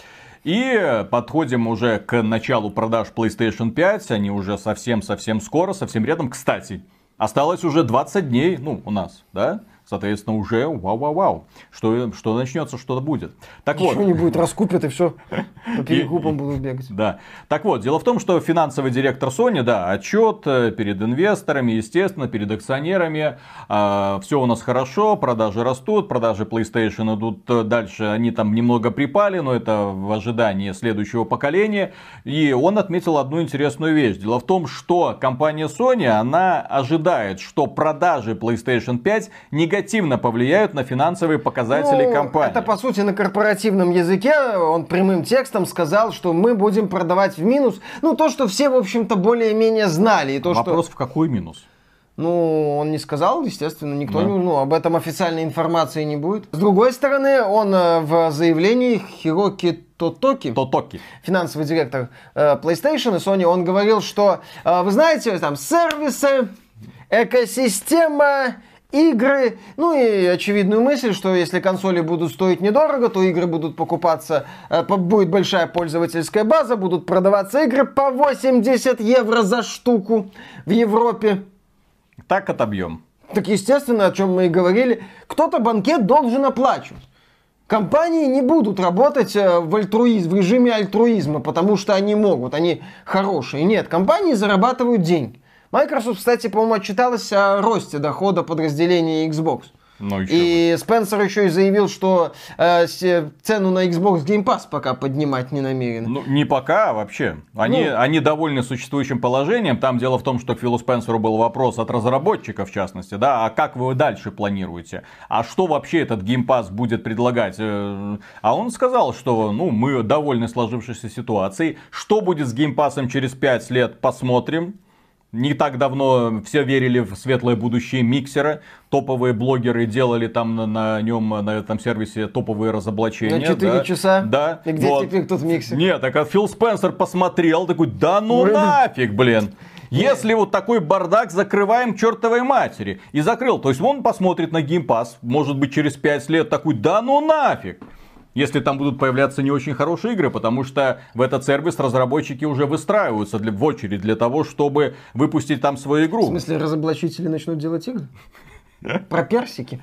И подходим уже к началу продаж PlayStation пять. Они уже совсем-совсем скоро, совсем рядом. Кстати, осталось уже двадцать дней, ну, у нас, да? Соответственно, уже вау-вау-вау. Что, что начнется, что-то будет. Так Ничего вот. не будет, раскупят и все. По перекупам будут бегать. Да. Так вот, дело в том, что финансовый директор Sony, да, отчет перед инвесторами, естественно, перед акционерами. Э, все у нас хорошо, продажи растут, продажи PlayStation идут дальше. Они там немного припали, но это в ожидании следующего поколения. И он отметил одну интересную вещь. Дело в том, что компания Sony, она ожидает, что продажи PlayStation пять негативно негативно повлияют на финансовые показатели ну, компании. Это, по сути, на корпоративном языке он прямым текстом сказал, что мы будем продавать в минус. Ну, то, что все, в общем-то, более-менее знали. И то, Вопрос, что... в какой минус? Ну, он не сказал, естественно, никто да. не, ну, об этом официальной информации не будет. С другой стороны, он в заявлении Хироки Тотоки, Тотоки. финансовый директор э, PlayStation и Sony, он говорил, что, э, вы знаете, там, сервисы, экосистема, игры, ну и очевидную мысль, что если консоли будут стоить недорого, то игры будут покупаться, э, будет большая пользовательская база, будут продаваться игры по восемьдесят евро за штуку в Европе. Так отобьем. Так естественно, о чем мы и говорили, кто-то банкет должен оплачивать. Компании не будут работать в, альтруизм, в режиме альтруизма, потому что они могут, они хорошие. Нет, компании зарабатывают деньги. Microsoft, кстати, по-моему, отчиталась о росте дохода подразделения Xbox. Ну, еще и бы. Спенсер еще и заявил, что э, цену на Xbox Game Pass пока поднимать не намерены. Ну, не пока, а вообще. Они, ну, они довольны существующим положением. Там дело в том, что к Филу Спенсеру был вопрос от разработчиков, в частности. Да, а как вы дальше планируете? А что вообще этот Game Pass будет предлагать? А он сказал, что ну, мы довольны сложившейся ситуацией. Что будет с Game Pass'ом через пять лет, посмотрим. Не так давно все верили в светлое будущее миксера. Топовые блогеры делали там на, на нем, на этом сервисе топовые разоблачения. На четыре да, часа? Да. И где вот. теперь тут миксер? Нет, так а Фил Спенсер посмотрел, такой, да ну блин. нафиг, блин. Если вот такой бардак, закрываем к чертовой матери. И закрыл. То есть он посмотрит на Game Pass, может быть через пять лет такой, да ну нафиг. Если там будут появляться не очень хорошие игры, потому что в этот сервис разработчики уже выстраиваются для, в очередь для того, чтобы выпустить там свою игру. В смысле, разоблачители начнут делать игры? Про персики?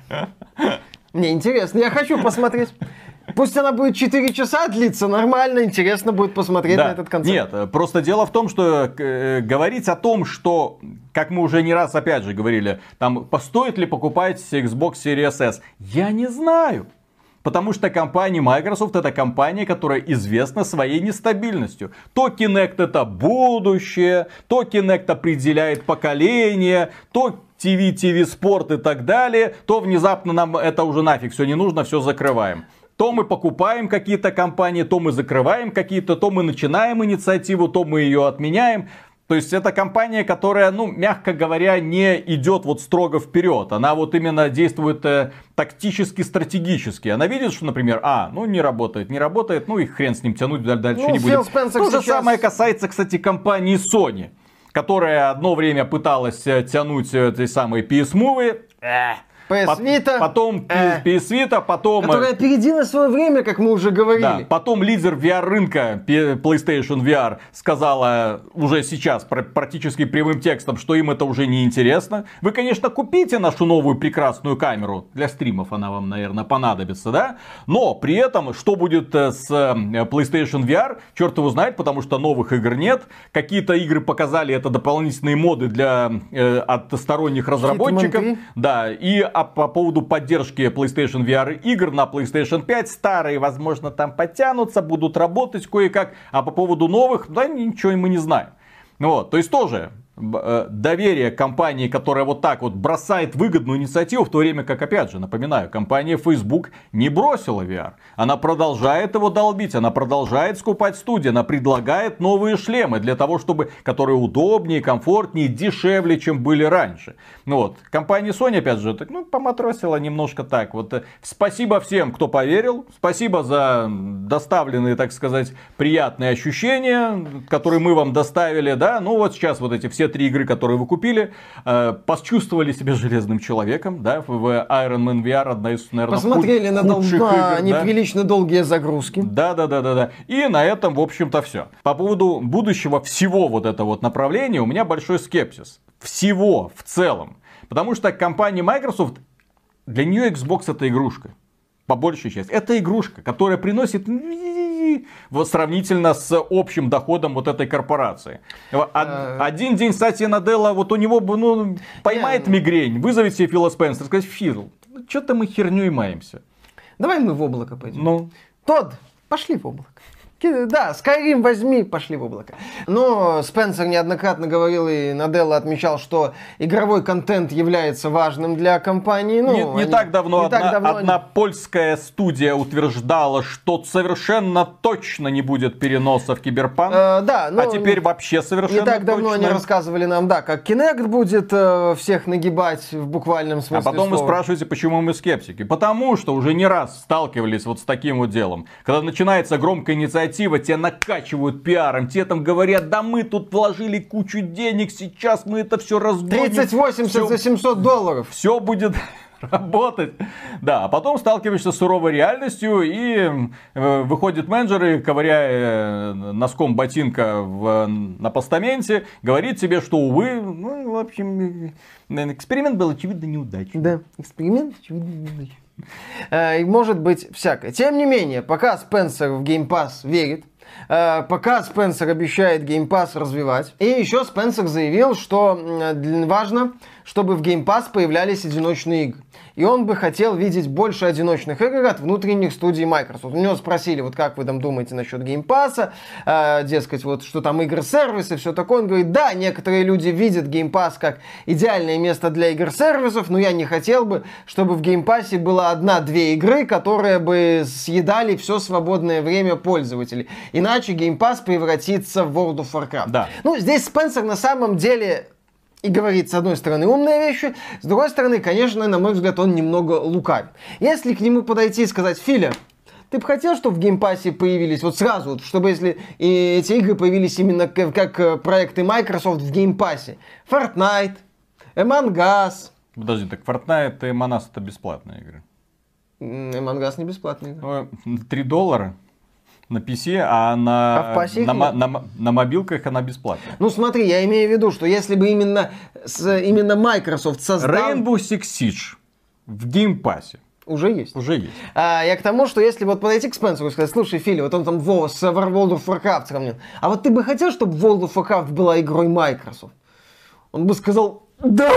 Мне интересно, я хочу посмотреть. Пусть она будет четыре часа длиться, нормально, интересно будет посмотреть да. на этот концерт. Нет, просто дело в том, что э, говорить о том, что, как мы уже не раз опять же говорили, там, постоит ли покупать Xbox Series S, я не знаю. Потому что компания Microsoft это компания, которая известна своей нестабильностью. То Kinect это будущее, то Kinect определяет поколение, то ти ви, ти ви Sport и так далее, то внезапно нам это уже нафиг все не нужно, все закрываем. То мы покупаем какие-то компании, то мы закрываем какие-то, то мы начинаем инициативу, то мы ее отменяем. То есть это компания, которая, ну, мягко говоря, не идет вот строго вперед. Она вот именно действует э, тактически, стратегически. Она видит, что, например, а, ну не работает, не работает, ну и хрен с ним тянуть, дальше ну, не будет. Спенсер То же сейчас... самое касается, кстати, компании Sony, которая одно время пыталась тянуть эти самые пи эс-мувы. пи эс Vita, потом э, пи эс Vita, потом... Которая опередила свое время, как мы уже говорили. Да, потом лидер ви ар рынка PlayStation ви ар сказала уже сейчас практически прямым текстом, что им это уже не интересно. Вы, конечно, купите нашу новую прекрасную камеру. Для стримов она вам, наверное, понадобится, да? Но при этом, что будет с PlayStation ви ар, черт его знает, потому что новых игр нет. Какие-то игры показали, это дополнительные моды для, э, от сторонних разработчиков. Да, и а по поводу поддержки PlayStation ви ар игр на PlayStation пять, старые, возможно, там подтянутся, будут работать кое-как. А по поводу новых, да, ничего мы не знаем. Вот, то есть тоже доверие компании, которая вот так вот бросает выгодную инициативу, в то время как, опять же, напоминаю, компания Facebook не бросила ви ар. Она продолжает его долбить, она продолжает скупать студии, она предлагает новые шлемы для того, чтобы, которые удобнее, комфортнее, дешевле, чем были раньше. Ну вот, компания Sony, опять же, так, ну, поматросила немножко так. Вот, спасибо всем, кто поверил, спасибо за доставленные, так сказать, приятные ощущения, которые мы вам доставили, да, ну вот сейчас вот эти все три игры, которые вы купили, э, почувствовали себя железным человеком, да, в Iron Man ви ар одна из, наверное, посмотрели на, дол- игр, на да? неприлично долгие загрузки. Да, да, да, да, да. И на этом, в общем-то, все. По поводу будущего всего вот этого вот направления у меня большой скепсис. Всего в целом. Потому что компания Microsoft, для нее Xbox это игрушка. По большей части. Это игрушка, которая приносит вот сравнительно с общим доходом вот этой корпорации. Один день Сатья Наделла, вот у него бы, ну, поймает мигрень, вызовите Фила Спенсера, скажет: Фил, что-то мы херней маемся. Давай мы в облако пойдем. Ну. Тодд, пошли в облако. Да, Skyrim возьми, пошли в облако. Но Спенсер неоднократно говорил, и Наделла отмечал, что игровой контент является важным для компании. Ну, не не они, так давно, не одна, так давно одна они... польская студия утверждала, что совершенно точно не будет переноса в Киберпанк. Э, да, но а теперь вообще совершенно не так давно точно. они рассказывали нам, да, как Kinect будет э, всех нагибать в буквальном смысле А потом слова. вы спрашиваете, почему мы скептики. Потому что уже не раз сталкивались вот с таким вот делом. Когда начинается громкая инициатива, тебя накачивают пиаром, тебе там говорят: да мы тут вложили кучу денег, сейчас мы это все разгоним. тридцать восемьдесят за семьсот долларов. Все будет работать. Да, а потом сталкиваешься с суровой реальностью, и э, выходит менеджер и, ковыряя носком ботинка в, на постаменте, говорит тебе, что, увы, ну, в общем, эксперимент был, очевидно, неудачный. Да, эксперимент, очевидно, неудачный. И может быть всякое. Тем не менее, пока Спенсер в Game Pass верит, пока Спенсер обещает Game Pass развивать. И еще Спенсер заявил, что важно, чтобы в Game Pass появлялись одиночные игры. И он бы хотел видеть больше одиночных игр от внутренних студий Microsoft. У него спросили, вот как вы там думаете насчет Game Pass, э, дескать, вот что там игр-сервисы, все такое. Он говорит: да, некоторые люди видят Game Pass как идеальное место для игр-сервисов, но я не хотел бы, чтобы в Game Pass было одна-две игры, которые бы съедали все свободное время пользователей. Иначе Game Pass превратится в World of Warcraft. Да. Ну, здесь Спенсер на самом деле... И говорит, с одной стороны, умные вещи, с другой стороны, конечно, на мой взгляд, он немного лукавит. Если к нему подойти и сказать: Филя, Ты бы хотел, чтобы в геймпассе появились, вот сразу, вот, чтобы если и эти игры появились именно как, как проекты Microsoft в геймпассе? Fortnite, Among Us. Подожди, так Fortnite и Among Us это бесплатные игры. Among Us не бесплатные игры. три доллара на пи си, а на, а в пасе на, на, на, на мобилках она бесплатная. Ну смотри, я имею в виду, что если бы именно, с, именно Microsoft создал... Rainbow Six Siege в геймпассе. Уже есть. Уже есть. А, я к тому, что если вот подойти к Спенсеру и сказать, слушай, Фили, вот он там Вова с World of Warcraft сравнил, а вот ты бы хотел, чтобы World of Warcraft была игрой Microsoft? Он бы сказал, да!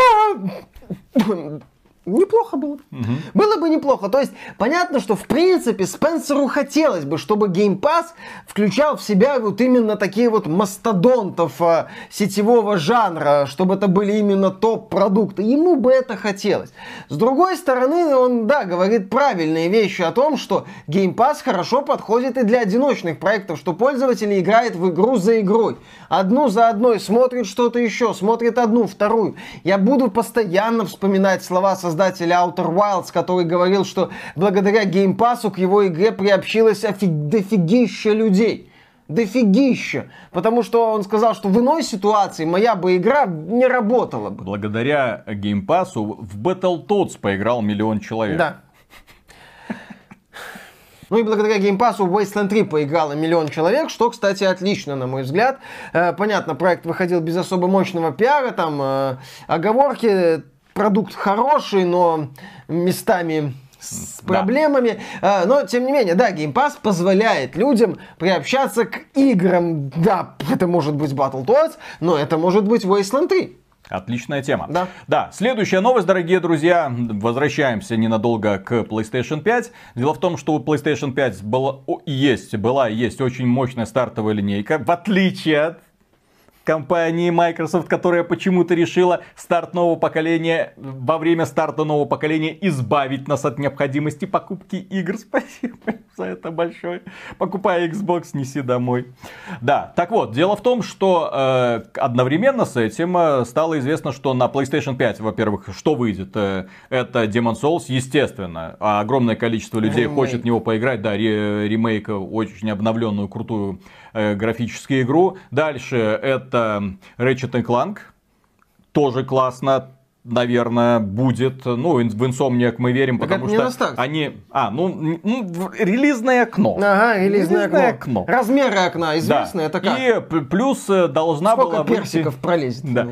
Неплохо было. Угу. Было бы неплохо. То есть, понятно, что в принципе Спенсеру хотелось бы, чтобы Game Pass включал в себя вот именно такие вот мастодонтов а, сетевого жанра, чтобы это были именно топ-продукты. Ему бы это хотелось. С другой стороны, он, да, говорит правильные вещи о том, что Game Pass хорошо подходит и для одиночных проектов, что пользователь играет в игру за игрой. Одну за одной, смотрит что-то еще, смотрит одну, вторую. Я буду постоянно вспоминать слова со создателя Outer Wilds, который говорил, что благодаря Game Pass'у к его игре приобщилось офиг... дофигища людей. Дофигища. Потому что он сказал, что в иной ситуации моя бы игра не работала бы. Благодаря Game Pass'у в Battletoads поиграл миллион человек. Да. Ну и благодаря Game Pass'у в Wasteland три поиграло миллион человек, что, кстати, отлично, на мой взгляд. Понятно, проект выходил без особо мощного пиара, там оговорки... Продукт хороший, но местами с проблемами. Да. Но, тем не менее, да, Game Pass позволяет людям приобщаться к играм. Да, это может быть Battletoads, но это может быть Wasteland три. Отличная тема. Да. Да, следующая новость, дорогие друзья. Возвращаемся ненадолго к PlayStation пять. Дело в том, что у PlayStation пять была, есть, была и есть очень мощная стартовая линейка, в отличие от компании Microsoft, которая почему-то решила старт нового поколения, во время старта нового поколения избавить нас от необходимости покупки игр. Спасибо за это большое. Покупай Xbox, неси домой. Да, так вот, дело в том, что э, одновременно с этим э, стало известно, что на PlayStation пять, во-первых, что выйдет? Э, это Demon's Souls, естественно. Огромное количество людей ремейк. Хочет в него поиграть. Да, ре- ремейк, очень обновленную, крутую э, графическую игру. Дальше это Ratchet энд Clank, тоже классно, наверное, будет. Ну, в Insomniac мы верим, так потому что они... А, ну, ну, релизное окно. Ага, релизное, релизное окно. окно. Размеры окна известны, да. Это как? И плюс должна Сколько была выйти... персиков пролезет? Да.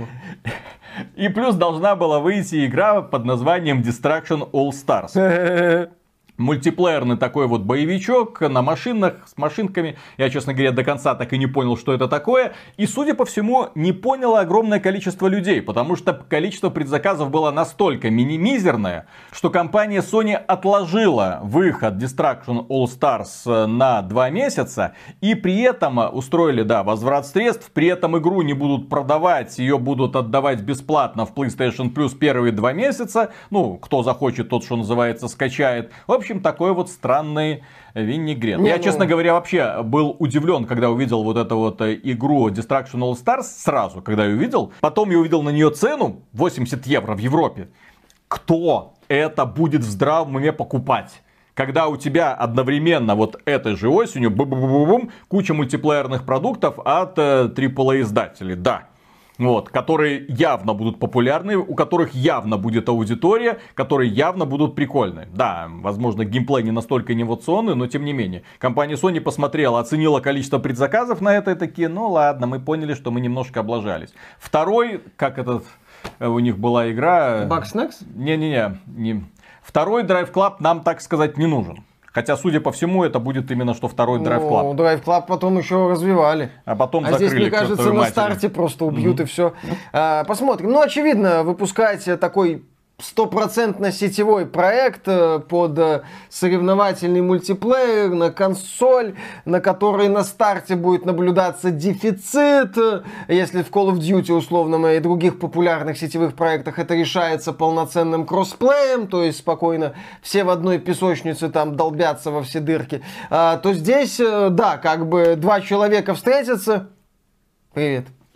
И плюс должна была выйти игра под названием Destruction All Stars. Мультиплеерный такой вот боевичок на машинах, с машинками. Я, честно говоря, до конца так и не понял, что это такое. И, судя по всему, не поняло огромное количество людей. Потому что количество предзаказов было настолько мини-мизерное, что компания Sony отложила выход Destruction All Stars на два месяца. И при этом устроили, да, возврат средств. При этом игру не будут продавать. Ее будут отдавать бесплатно в PlayStation Plus первые два месяца. Ну, кто захочет, тот, что называется, скачает. В общем, такой вот странный винегрет. Я, ну... честно говоря, вообще был удивлен, когда увидел вот эту вот игру Destruction All Stars сразу, когда я увидел. Потом я увидел на нее цену восемьдесят евро в Европе. Кто это будет в здравом уме покупать? Когда у тебя одновременно вот этой же осенью бу-бу-бу-бум, куча мультиплеерных продуктов от э, трипл эй издателей. Да. Вот, которые явно будут популярны, у которых явно будет аудитория, которые явно будут прикольны. Да, возможно, геймплей не настолько инновационный, но тем не менее. Компания Sony посмотрела, оценила количество предзаказов на это и такие, ну ладно, мы поняли, что мы немножко облажались. Второй, как этот, у них была игра... Bugsnax? Не-не-не, не. Второй Drive Club нам, так сказать, не нужен. Хотя, судя по всему, это будет именно что второй Drive Club. Ну, Drive Club потом еще развивали. А потом а закрыли. Здесь, мне кажется, на матери. Старте просто убьют mm-hmm. и все. А, посмотрим. Ну, очевидно, выпускать такой стопроцентно сетевой проект под соревновательный мультиплеер на консоль, на которой на старте будет наблюдаться дефицит. Если в Call of Duty условном и других популярных сетевых проектах это решается полноценным кроссплеем, то есть спокойно все в одной песочнице там долбятся во все дырки, то здесь, да, как бы два человека встретятся. Привет.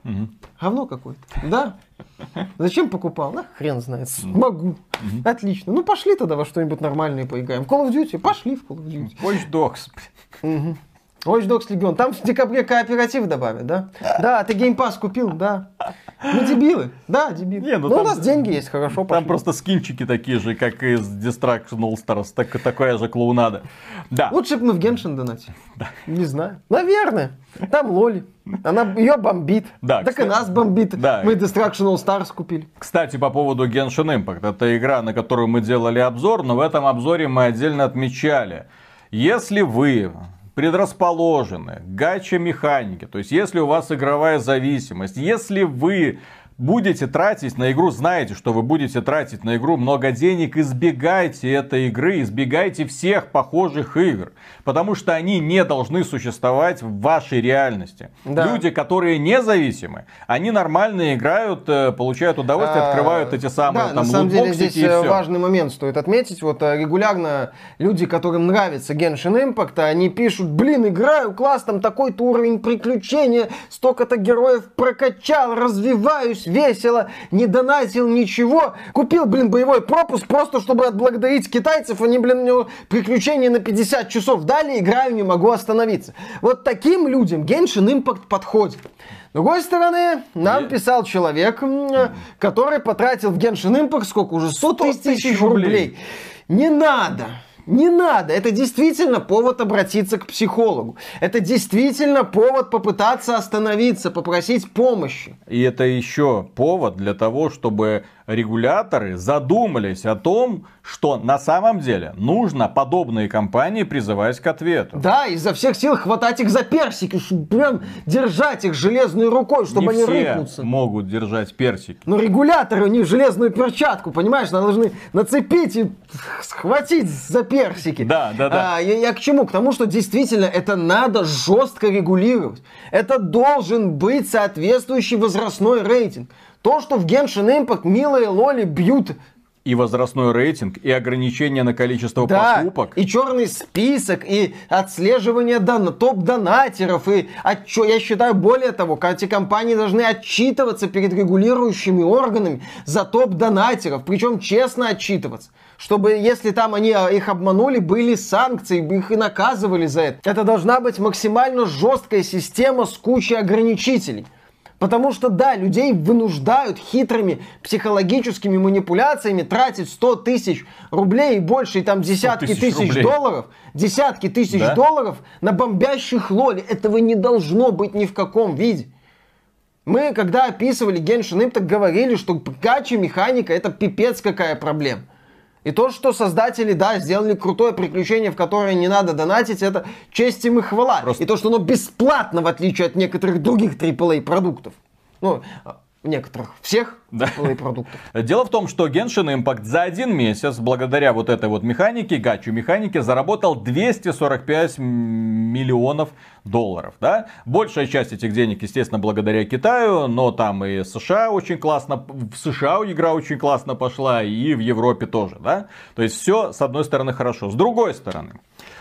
Угу. Говно какое-то. Да. Зачем покупал? Да, хрен знает. Могу. Угу. Отлично. Ну, пошли тогда во что-нибудь нормальное поиграем. Call of Duty? Пошли в Call of Duty. Watch Dogs. Угу. Watch Dogs Legion. Там в декабре кооператив добавят, да? Да, ты Game Pass купил, да. Мы дебилы. Да, дебилы. Не, ну Но там, у нас деньги есть, хорошо, там пошли. Просто скинчики такие же, как из Destruction All Stars. Так, такая же клоунада. Да. Лучше бы мы в Genshin донатили. Да. Не знаю. Наверное. Там Лоли. Она ее бомбит. Да, так кстати, и нас бомбит. Да. Мы Destruction All Stars купили. Кстати, по поводу Genshin Impact. Это игра, на которую мы делали обзор, но в этом обзоре мы отдельно отмечали. Если вы предрасположены к гача-механике, то есть если у вас игровая зависимость, если вы будете тратить на игру, знаете, что вы будете тратить на игру много денег, избегайте этой игры, избегайте всех похожих игр, потому что они не должны существовать в вашей реальности. Да. Люди, которые независимы, они нормально играют, получают удовольствие, а, открывают эти самые да, там лутбоксики. На самом деле здесь важный момент стоит отметить. Вот регулярно люди, которым нравится Genshin Impact, они пишут: блин, играю, класс, там такой-то уровень приключения, столько-то героев прокачал, развиваюсь, весело, не донатил ничего. Купил, блин, боевой пропуск просто, чтобы отблагодарить китайцев. Они, блин, у него приключения на пятьдесят часов дали, играю, не могу остановиться. Вот таким людям Genshin Impact подходит. С другой стороны, нам писал человек, который потратил в Genshin Impact сколько уже? сто тысяч рублей. Не надо. Не надо. Это действительно повод обратиться к психологу. Это действительно повод попытаться остановиться, попросить помощи. И это еще повод для того, чтобы регуляторы задумались о том, что на самом деле нужно подобные компании призывать к ответу. Да, изо всех сил хватать их за персики, прям держать их железной рукой, чтобы не они все рыпнутся. Могут держать персики. Но регуляторы, у них железную перчатку, понимаешь, должны нацепить и схватить за персики. Да, да, да. А, я, я к чему? К тому, что действительно это надо жестко регулировать. Это должен быть соответствующий возрастной рейтинг. То, что в Genshin Impact милые лоли бьют. И возрастной рейтинг, и ограничение на количество да, покупок. И черный список, и отслеживание дон... топ-донатеров. И отчё... я считаю, более того, эти компании должны отчитываться перед регулирующими органами за топ-донатеров. Причем честно отчитываться. Чтобы, если там они их обманули, были санкции, их и наказывали за это. Это должна быть максимально жесткая система с кучей ограничителей. Потому что, да, людей вынуждают хитрыми психологическими манипуляциями тратить сто тысяч рублей и больше, и там десятки тысяч, тысяч долларов, десятки тысяч да? долларов на бомбящих лоли. Этого не должно быть ни в каком виде. Мы, когда описывали Genshin Impact, говорили, что гача-механика — это пипец какая проблема. И то, что создатели, да, сделали крутое приключение, в которое не надо донатить, это честь им и хвала. Просто... И то, что оно бесплатно, в отличие от некоторых других трипл эй продуктов. Ну, некоторых, всех да. трипл эй продуктов. Дело в том, что Genshin Impact за один месяц, благодаря вот этой вот механике, гачу-механике, заработал двести сорок пять миллионов долларов. Да? Большая часть этих денег, естественно, благодаря Китаю, но там и США очень классно, в США игра очень классно пошла, и в Европе тоже. Да? То есть все, с одной стороны, хорошо. С другой стороны,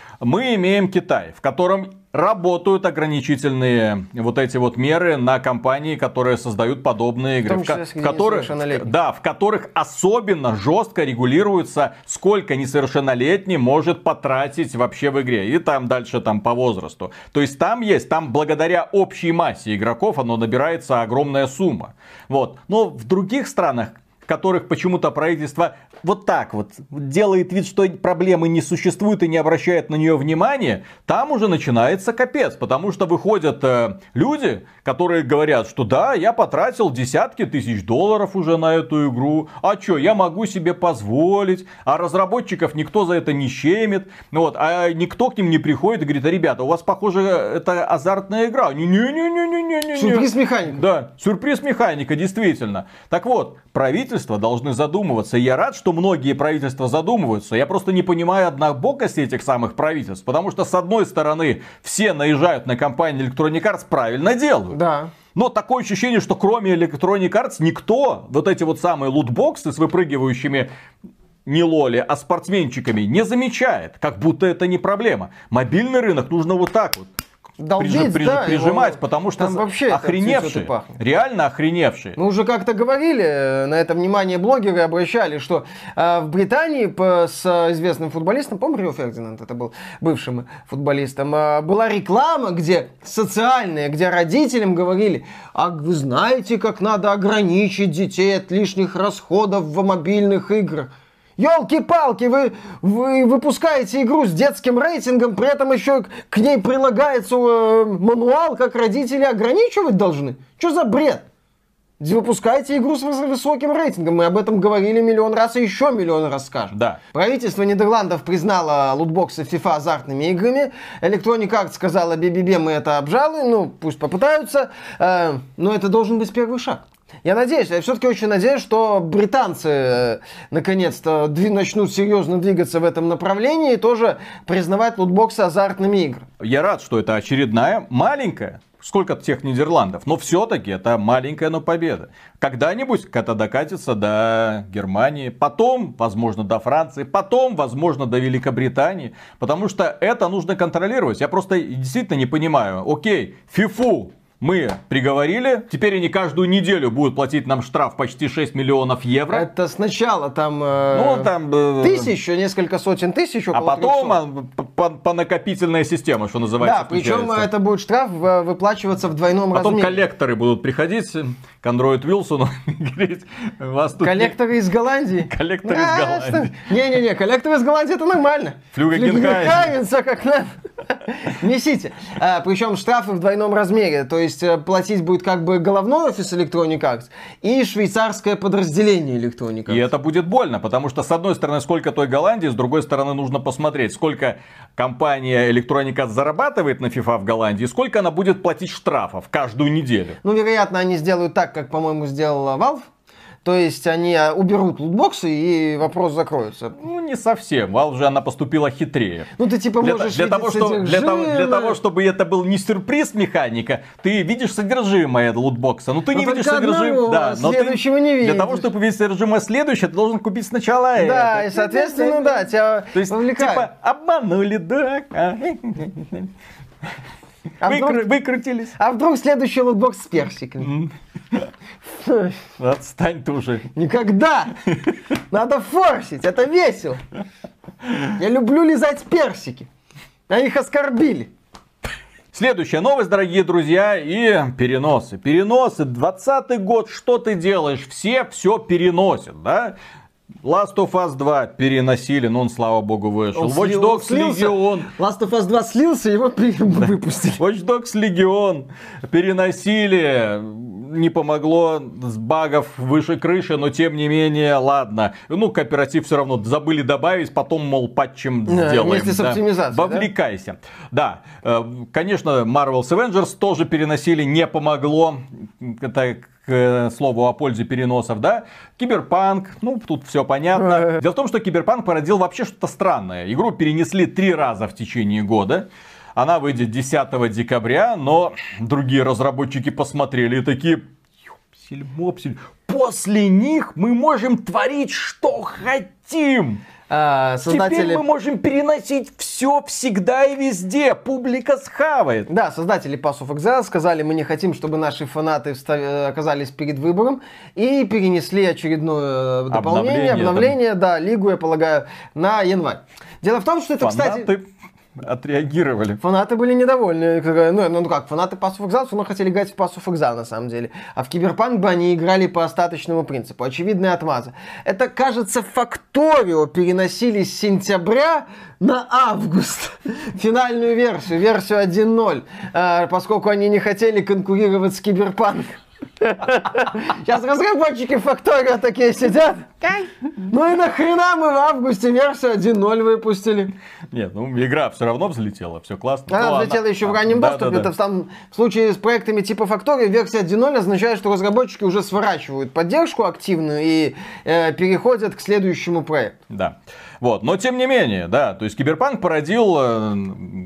мы имеем Китай, в котором работают ограничительные вот эти вот меры на компании, которые создают подобные игры. В, в, в которых, да, в которых особенно жестко регулируется, сколько несовершеннолетний может потратить вообще в игре. И там дальше там по возрасту. То есть там есть, там благодаря общей массе игроков оно набирается огромная сумма. Вот. Но в других странах, в которых почему-то правительство вот так вот делает вид, что проблемы не существует и не обращает на нее внимания, там уже начинается капец. Потому что выходят э, люди, которые говорят, что да, я потратил десятки тысяч долларов уже на эту игру. А что, я могу себе позволить. А разработчиков никто за это не щемит. Вот, а никто к ним не приходит и говорит: ребята, у вас, похоже, это азартная игра. Не-не-не-не-не-не-не. Сюрприз-механика. Да, сюрприз-механика, действительно. Так вот, правительства должны задумываться. И я рад, что многие правительства задумываются. Я просто не понимаю однобокости этих самых правительств. Потому что, с одной стороны, все наезжают на компанию Electronic Arts, правильно делают. Да. Но такое ощущение, что кроме Electronic Arts никто вот эти вот самые лутбоксы с выпрыгивающими не лоли, а спортсменчиками не замечает. Как будто это не проблема. Мобильный рынок нужно вот так вот. долбить, прижи- прижи- да, прижимать, его... потому что там вообще охреневшие, реально охреневшие. Мы уже как-то говорили, на это внимание блогеры обращали, что э, в Британии по, с известным футболистом, по-моему, Рио Фердинанд это был бывшим футболистом, э, была реклама, где социальная, где родителям говорили: а вы знаете, как надо ограничить детей от лишних расходов в мобильных играх? Ёлки-палки, вы, вы выпускаете игру с детским рейтингом, при этом еще к ней прилагается э, мануал, как родители ограничивать должны? Что за бред? Выпускайте игру с высоким рейтингом. Мы об этом говорили миллион раз и еще миллион раз скажем. Да. Правительство Нидерландов признало лутбоксы FIFA азартными играми. Electronic Arts сказала: би-би-би, мы это обжалуем. Ну, пусть попытаются. Э, но это должен быть первый шаг. Я надеюсь, я все-таки очень надеюсь, что британцы э, наконец-то дви- начнут серьезно двигаться в этом направлении и тоже признавать лутбоксы азартными играми. Я рад, что это очередная маленькая, сколько тех Нидерландов, но все-таки это маленькая, но победа. Когда-нибудь это докатится до Германии, потом, возможно, до Франции, потом, возможно, до Великобритании, потому что это нужно контролировать. Я просто действительно не понимаю. Окей, фифу мы приговорили, теперь они каждую неделю будут платить нам штраф почти шесть миллионов евро. Это сначала там, э, ну, там э, тысяч, несколько сотен тысяч, около а потом трехсот. по, по накопительная система, что называется, Да, причем включается. это будет штраф э, выплачиваться в двойном Потом размере. коллекторы будут приходить к Андроид Вилсону и говорить: вас тут коллекторы из Голландии. Коллекторы из А, Голландии. что? Не-не-не, коллекторы из Голландии это нормально. Флюгегенхайм. Все как надо. Несите. А, причем штрафы в двойном размере. То есть э, платить будет как бы головной офис Electronic Arts и швейцарское подразделение Electronic Arts. И это будет больно, потому что с одной стороны сколько той Голландии, с другой стороны нужно посмотреть, сколько компания Electronic Arts зарабатывает на FIFA в Голландии, сколько она будет платить штрафов каждую неделю. Ну, вероятно, они сделают так, как, по-моему, сделала Valve. То есть они уберут лутбоксы и вопрос закроется. Ну, не совсем. Valve же она поступила хитрее. Ну, ты типа Для, можешь для, того, что, для, того, для содержимое. того, чтобы это был не сюрприз механика, ты видишь содержимое лутбокса. Ну, ты Ну, не видишь только одного, содержимое. Да, но ты, следующего не видишь. для того, чтобы увидеть содержимое следующее, ты должен купить сначала это. Да, и соответственно, да, тебя То есть, вовлекает. типа, обманули, да. А Выкру- вдруг- Выкрутились. А вдруг следующий лутбокс с персиками? Отстань ты уже. Никогда! Надо форсить, это весело. Я люблю лизать персики. А их оскорбили. Следующая новость, дорогие друзья, и переносы. Переносы, двадцатый год, что ты делаешь? Все все переносят, да? Last of Us два переносили, но он, слава богу, вышел. Он Watch слил- Dogs слился. Legion. Last of Us два слился, его при- выпустили. Watch Dogs Legion переносили. Не помогло, с багов выше крыши, но тем не менее, ладно. Ну, кооператив все равно забыли добавить, потом, мол, патчем Да, сделаем. вместе с да. оптимизацией, да? Вовлекайся. Да, Э, конечно, Marvel's Avengers тоже переносили, не помогло. Это к э, слову о пользе переносов, да. Киберпанк, ну, тут все понятно. Дело в том, что Киберпанк породил вообще что-то странное. Игру перенесли три раза в течение года. Она выйдет десятого декабря, но другие разработчики посмотрели и такие: ёпсель-мопсель, после них мы можем творить, что хотим. А, создатели... Теперь мы можем переносить все всегда и везде. Публика схавает. Да, создатели Pass of Exile сказали: мы не хотим, чтобы наши фанаты встав- оказались перед выбором, и перенесли очередное дополнение, Обновление, обновление, да, Лигу, я полагаю, на январь. Дело в том, что это, кстати... Фанаты отреагировали. Фанаты были недовольны. Ну, ну как, фанаты Pass of Exile все равно хотели играть в Pass of Exile на самом деле. А в Киберпанк бы они играли по остаточному принципу. Очевидная отмаза. Это, кажется, Факторио переносили с сентября на август. Финальную версию, версию один ноль. э, Поскольку они не хотели конкурировать с Киберпанком. Сейчас разработчики Факторио такие сидят. Ну и нахрена мы в августе версию один ноль выпустили? Нет, ну игра все равно взлетела, все классно. Она Ну, взлетела еще в раннем да, доступе. да, да. Это там, в случае с проектами типа Factorio, версия один ноль означает, что разработчики уже сворачивают поддержку активную и э, переходят к следующему проекту. Да. Вот. Но тем не менее, да, то есть Киберпанк породил э,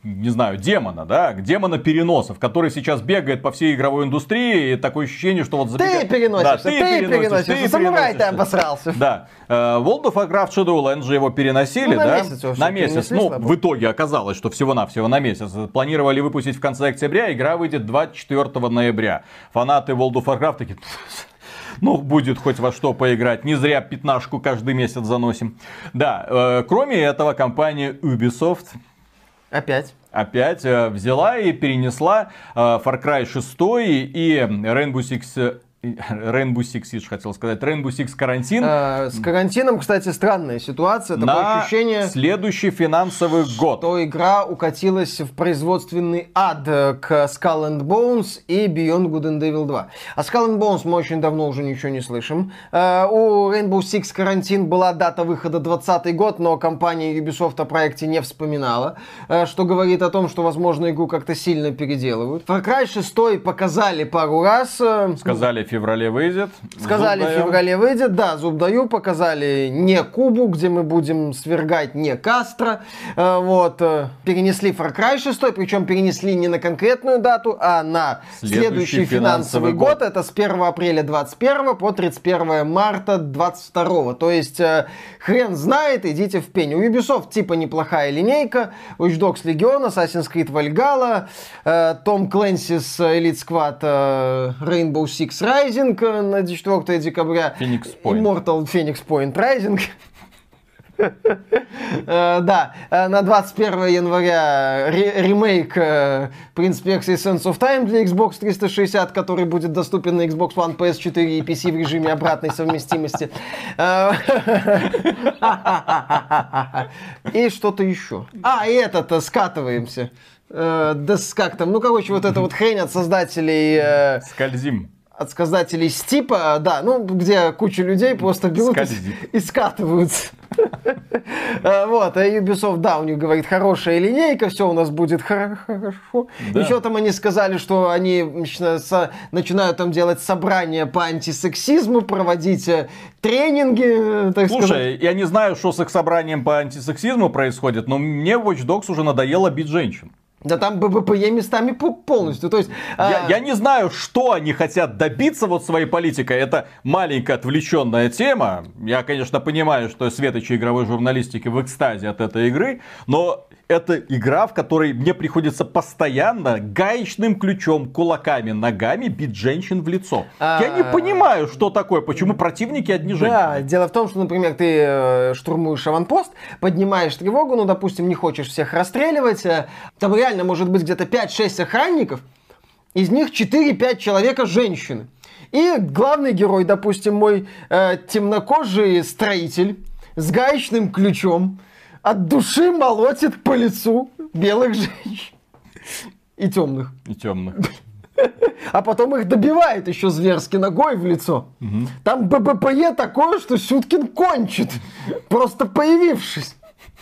не знаю, демона, да, демона переносов, который сейчас бегает по всей игровой индустрии, и такое ощущение, что вот... Забега... Ты переносишься, да, ты, ты переносишься, переносишься. Ты самурай ты обосрался. Да. World of Warcraft Shadowlands же его переносили, ну, на да? Месяц на месяц. Ну, слабо. В итоге оказалось, что всего-навсего на месяц. Планировали выпустить в конце октября, игра выйдет двадцать четвёртого ноября. Фанаты World of Warcraft такие... Ну, будет хоть во что поиграть. Не зря пятнашку каждый месяц заносим. Да, э, кроме этого, компания Ubisoft... Опять. Опять э, взяла и перенесла э, Far Cry шесть и Rainbow Six... Rainbow Six Siege, хотел сказать. Rainbow Six карантин. А, с карантином, кстати, странная ситуация. Такое на ощущение, следующий финансовый год. Что игра укатилась в производственный ад к Skull and Bones и Beyond Good and Evil два. О Skull and Bones мы очень давно уже ничего не слышим. А, у Rainbow Six карантин была дата выхода двадцатый год, но компания Ubisoft о проекте не вспоминала, что говорит о том, что, возможно, игру как-то сильно переделывают. Far Cry шесть показали пару раз. Сказали, в феврале выйдет. Сказали, в феврале выйдет, да, зуб даю, показали не Кубу, где мы будем свергать не Кастро, вот, перенесли Far Cry шесть, причем перенесли не на конкретную дату, а на следующий, следующий финансовый, финансовый год. год, это с первого апреля двадцать первого по тридцать первое марта двадцать второго, то есть хрен знает, идите в пень. У Ubisoft типа неплохая линейка, Watch Dogs Legion, Assassin's Creed Valhalla, Tom Clancy's Elite Squad, Rainbow Six Rise, на четвёртого декабря. Phoenix Point. Immortal Phoenix Point Rising. Да, на двадцать первого января ремейк Prince Persia Sands of Time для Xbox триста шестьдесят, который будет доступен на Xbox One, пи эс четыре и пи си в режиме обратной совместимости. И что-то еще. А, и этот, скатываемся. Да как там, ну короче, вот эта вот хрень от создателей... Скользим. От создателей Стипа, да, ну, где куча людей просто берут и, и скатываются. Вот, а Ubisoft, да, у них, говорит, хорошая линейка, все у нас будет хорошо. Еще там они сказали, что они начинают там делать собрания по антисексизму, проводить тренинги, так сказать. Слушай, я не знаю, что с их собранием по антисексизму происходит, но мне в Watch Dogs уже надоело бить женщин. Да там ББПЕ местами полностью. То есть, я, а... я не знаю, что они хотят добиться вот своей политикой. Это маленькая отвлеченная тема. Я, конечно, понимаю, что светочи игровой журналистики в экстазе от этой игры. Но это игра, в которой мне приходится постоянно гаечным ключом, кулаками, ногами бить женщин в лицо. А... Я не понимаю, что такое. Почему противники одни женщины. Да, дело в том, что, например, ты штурмуешь аванпост, поднимаешь тревогу, ну, допустим, не хочешь всех расстреливать. Там реально может быть где-то пять-шесть охранников, из них четыре-пять человека женщины. И главный герой, допустим, мой э, темнокожий строитель с гаечным ключом от души молотит по лицу белых женщин. И темных. И темных. А потом их добивает еще зверски ногой в лицо. Угу. Там ББПЕ такое, что Сюткин кончит, просто появившись.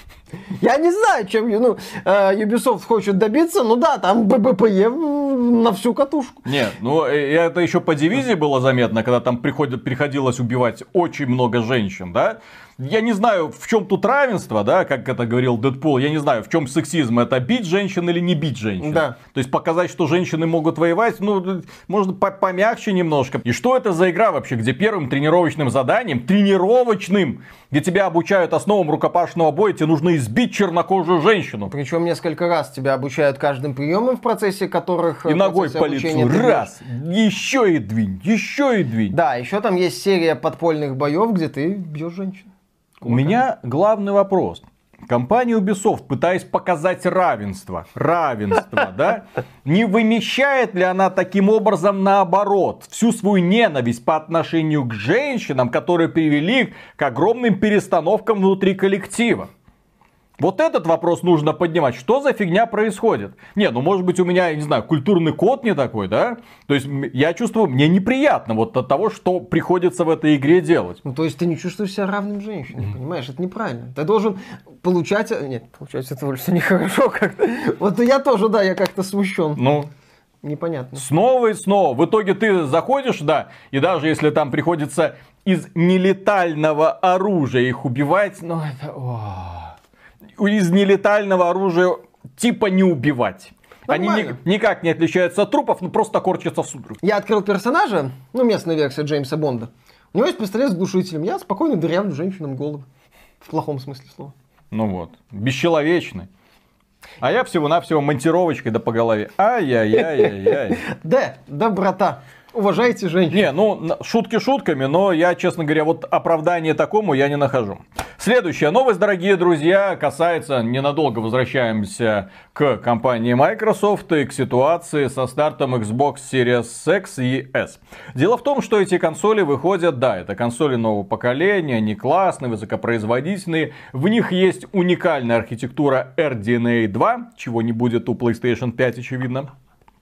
Я не знаю, чем ну, Ubisoft хочет добиться, ну да, там ББПЕ на всю катушку. Нет, ну это еще по дивизии было заметно, когда там приходит, приходилось убивать очень много женщин, да? Я не знаю, в чем тут равенство, да, как это говорил Дэдпул, я не знаю, в чем сексизм, это бить женщин или не бить женщин. Да. То есть показать, что женщины могут воевать, ну, можно помягче немножко. И что это за игра вообще, где первым тренировочным заданием, тренировочным, где тебя обучают основам рукопашного боя, тебе нужно избить чернокожую женщину. Причем несколько раз тебя обучают каждым приемам, в процессе которых... И ногой по лицу, раз, еще и двинь, еще и двинь. Да, еще там есть серия подпольных боев, где ты бьешь женщин. У меня главный вопрос. Компания Ubisoft, пытаясь показать равенство, равенство, да, не вымещает ли она таким образом наоборот всю свою ненависть по отношению к женщинам, которые привели к огромным перестановкам внутри коллектива? Вот этот вопрос нужно поднимать. Что за фигня происходит? Не, ну может быть у меня, я не знаю, культурный код не такой, да? То есть я чувствую, мне неприятно вот от того, что приходится в этой игре делать. Ну то есть ты не чувствуешь себя равным женщине, mm-hmm. понимаешь? Это неправильно. Ты должен получать... Нет, получать это больше нехорошо как-то. Вот я тоже, да, я как-то смущен. Ну... Непонятно. Снова и снова. В итоге ты заходишь, да, и даже если там приходится из нелетального оружия их убивать, ну это... из нелетального оружия типа не убивать. Нормально. Они ни, никак не отличаются от трупов, но просто корчатся в судорогах. Я открыл персонажа, ну, местная версия Джеймса Бонда. У него есть пистолет с глушителем. Я спокойно дырявлю женщинам головы. В плохом смысле слова. Ну вот, бесчеловечный. А я всего-навсего монтировочкой да по голове. Ай-яй-яй-яй-яй. Да, доброта. Уважайте женщин. Не, ну, шутки шутками, но я, честно говоря, вот оправдания такому я не нахожу. Следующая новость, дорогие друзья, касается, ненадолго возвращаемся к компании Microsoft и к ситуации со стартом Xbox Series X и S. Дело в том, что эти консоли выходят, да, это консоли нового поколения, они классные, высокопроизводительные, в них есть уникальная архитектура эр ди эн эй два, чего не будет у PlayStation пять, очевидно.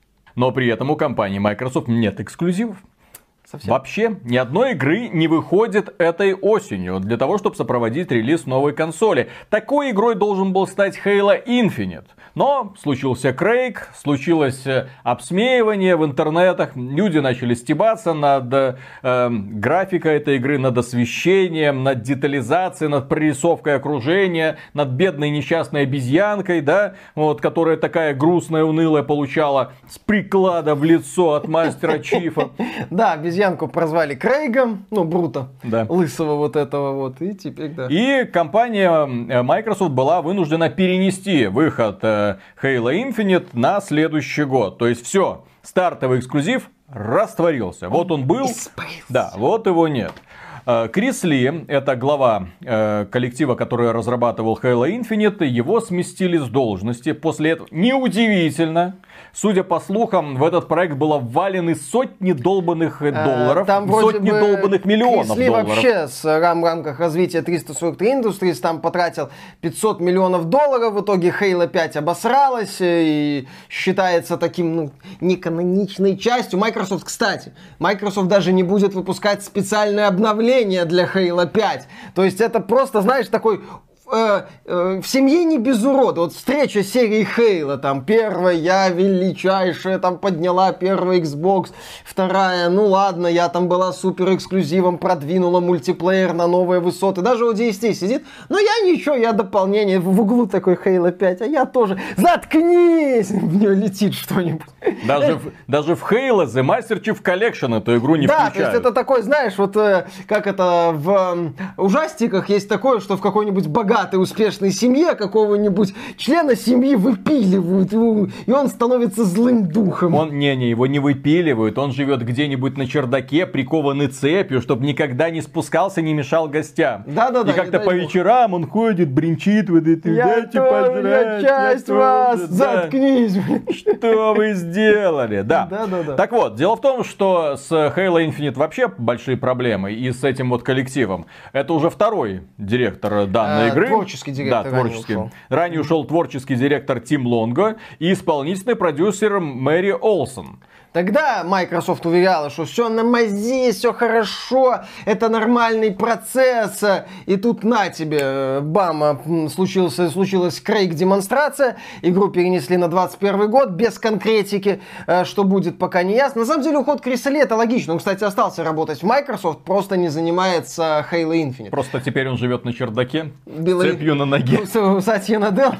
Но при этом у компании Microsoft нет эксклюзивов. Совсем. Вообще ни одной игры не выходит этой осенью для того, чтобы сопроводить релиз новой консоли. Такой игрой должен был стать Halo Infinite. Но случился крейг, случилось обсмеивание в интернетах, люди начали стебаться над э, графикой этой игры, над освещением, над детализацией, над прорисовкой окружения, над бедной несчастной обезьянкой, да, вот, которая такая грустная, унылая получала с приклада в лицо от мастера Чифа. Да, обезьянку прозвали Крейгом, ну, Брута, да. Лысого вот этого вот, и теперь, да. И компания Microsoft была вынуждена перенести выход Halo Infinite на следующий год. То есть все, стартовый эксклюзив растворился. Вот он был, да, вот его нет. Крис Ли, это глава э, коллектива, который разрабатывал Halo Infinite, его сместили с должности. После этого, неудивительно, судя по слухам, в этот проект было ввалены сотни долбанных долларов, там сотни долбанных миллионов Крис Ли долларов. Вообще с рам- в рамках развития триста сорок три Industries там потратил пятьсот миллионов долларов. В итоге Halo пять обосралась и считается таким, ну, неканоничной частью. Microsoft, кстати, Microsoft даже не будет выпускать специальное обновление для Halo пять. То есть это просто, знаешь, такой э, э, в семье не без урода. Вот встреча серии Halo, там, первая, я величайшая, там, подняла первый Xbox, вторая, ну ладно, я там была супер эксклюзивом, продвинула мультиплеер на новые высоты. Даже у ди эс ти сидит, но я ничего, я дополнение, в углу такой Halo пять, а я тоже, заткнись, в нее летит что-нибудь. Даже в, даже в Halo The Master Chief Collection эту игру не да, включают. Да, то есть это такой, знаешь, вот э, как это в э, ужастиках есть такое, что в какой-нибудь богатой, успешной семье какого-нибудь члена семьи выпиливают, и он становится злым духом. Он, не-не, его не выпиливают, он живет где-нибудь на чердаке, прикованный цепью, чтобы никогда не спускался, не мешал гостям. Да-да-да. И как-то по вечерам он ходит, бринчит, вот это, я дайте тоже, пожрать. Я часть я вас, тоже, заткнись. Да. Что вы сделали? Да. Да-да-да. Так вот, дело в том, что с Halo Infinite вообще большие проблемы, и с этим вот коллективом. Это уже второй директор данной а, игры. Творческий директор. Да, творческий. Ранее ушел. Ранее ушел творческий директор Тим Лонго и исполнительный продюсер Мэри Олсон. Тогда Microsoft уверяла, что все на мази, все хорошо, это нормальный процесс. И тут на тебе, бам, случился, случилась крейг-демонстрация. Игру перенесли на двадцать первый год без конкретики, что будет пока не ясно. На самом деле уход Криса Ли это логично. Он, кстати, остался работать в Microsoft, просто не занимается Halo Infinite. Просто теперь он живет на чердаке, Белый... цепью на ноге. Сатья Наделл.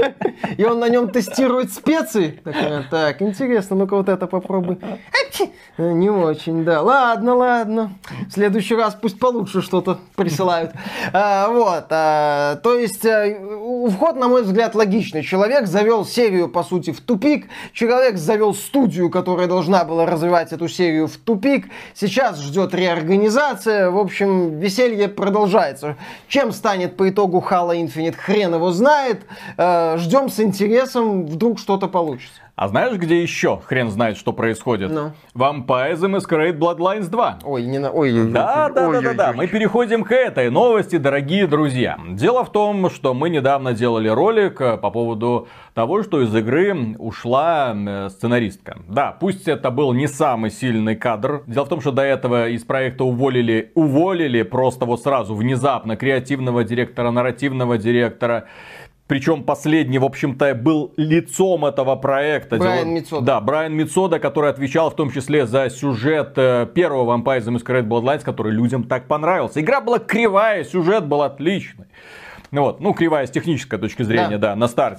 И он на нем тестирует специи. Так, интересно, ну-ка вот это попробуй. Не очень, да. Ладно, ладно. В следующий раз пусть получше что-то присылают. А, вот. А, то есть, вход, на мой взгляд, логичный. Человек завел серию, по сути, в тупик. Человек завел студию, которая должна была развивать эту серию в тупик. Сейчас ждет реорганизация. В общем, веселье продолжается. Чем станет по итогу Halo Infinite, хрен его знает. А, ждем с интересом, вдруг что-то получится. А знаешь, где еще хрен знает, что происходит? No. Vampire the Masquerade Bloodlines два. Ой, не на... Ой, ой, да, ой, да, ой, да, да, ой, да. ой. Мы переходим к этой новости, дорогие друзья. Дело в том, что мы недавно делали ролик по поводу того, что из игры ушла сценаристка. Да, пусть это был не самый сильный кадр. Дело в том, что до этого из проекта уволили, уволили просто вот сразу, внезапно, креативного директора, нарративного директора. Причем последний, в общем-то, был лицом этого проекта. Брайан Дело... Мицода. Да, Брайан Мицода, который отвечал в том числе за сюжет первого Vampire the Masquerade Bloodlines, который людям так понравился. Игра была кривая, сюжет был отличный. Вот. Ну, кривая с технической точки зрения, да, да на старте.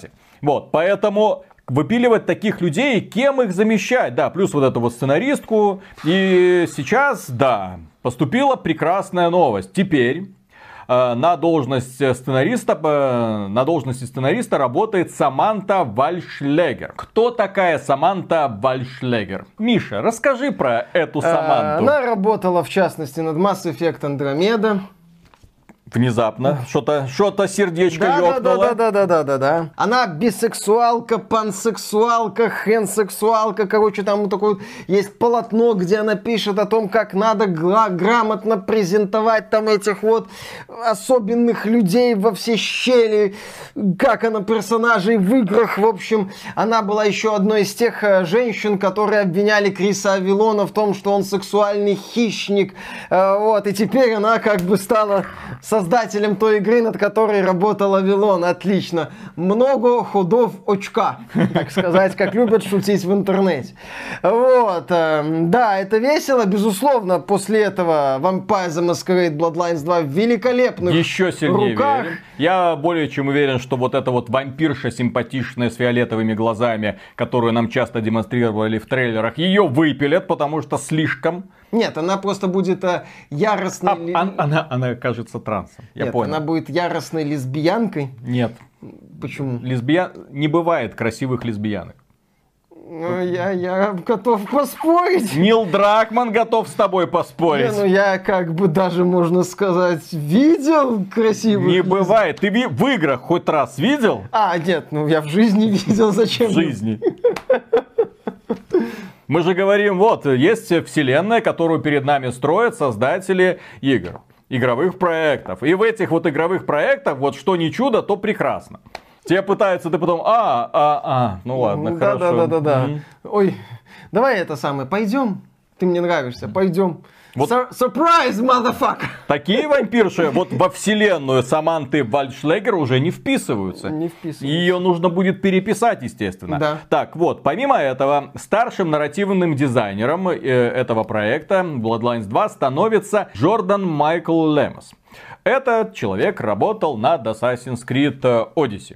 Вот, поэтому выпиливать таких людей, кем их замещать? Да, плюс вот эту вот сценаристку. И сейчас, да, поступила прекрасная новость. Теперь э, на должность сценариста, э, на должности сценариста работает Саманта Вальшлегер. Кто такая Саманта Вальшлегер? Миша, расскажи про эту Саманту. Она работала, в частности, над Mass Effect Andromeda. Внезапно что-то что-то сердечко да, ёкнуло. Да, да, да, да, да, да, да. Она бисексуалка, пансексуалка, хенсексуалка. Короче, там такое есть полотно, где она пишет о том, как надо гла- грамотно презентовать там этих вот особенных людей во все щели, как она персонажей в играх. В общем, она была еще одной из тех э, женщин, которые обвиняли Криса Авилона в том, что он сексуальный хищник. Э, вот, и теперь она как бы стала создателем той игры, над которой работал Авилон. Отлично. Много ходов очка, так сказать, как любят шутить в интернете. Вот. Да, это весело, безусловно. После этого Vampire the Masquerade Bloodlines два в великолепных Еще сильнее руках. верим. Я более чем уверен, что вот эта вот вампирша симпатичная с фиолетовыми глазами, которую нам часто демонстрировали в трейлерах, ее выпилят, потому что слишком. Нет, она просто будет а, яростной... А, ли... она, она, она кажется трансом. Я Нет, понял. она будет яростной лесбиянкой. Нет. Почему? Лесбиян... Не бывает красивых лесбиянок. Ну, я, я готов поспорить. Нил Дракман готов с тобой поспорить. Не, ну я как бы даже, можно сказать, видел красивых... Не лесб- бывает. Ты ви- в играх хоть раз видел? А, нет, ну я в жизни видел, зачем? В жизни. Мы же говорим, вот, есть вселенная, которую перед нами строят создатели игр, игровых проектов. И в этих вот игровых проектах, вот что ни чудо, то прекрасно. Тебе пытаются, ты потом, а, а, а, ну ладно, да, хорошо. Да, да, да, да. Мгм. Ой, давай это самое, пойдем. Ты мне нравишься, пойдем. Вот. Surprise, motherfucker! Такие вампирши вот во вселенную Саманты Вальшлегер уже не вписываются. Не вписываются. Ее нужно будет переписать, естественно. Да. Так, вот, помимо этого, старшим нарративным дизайнером э, этого проекта Bloodlines два становится Джордан Майкл Лемос. Этот человек работал над Assassin's Creed Odyssey.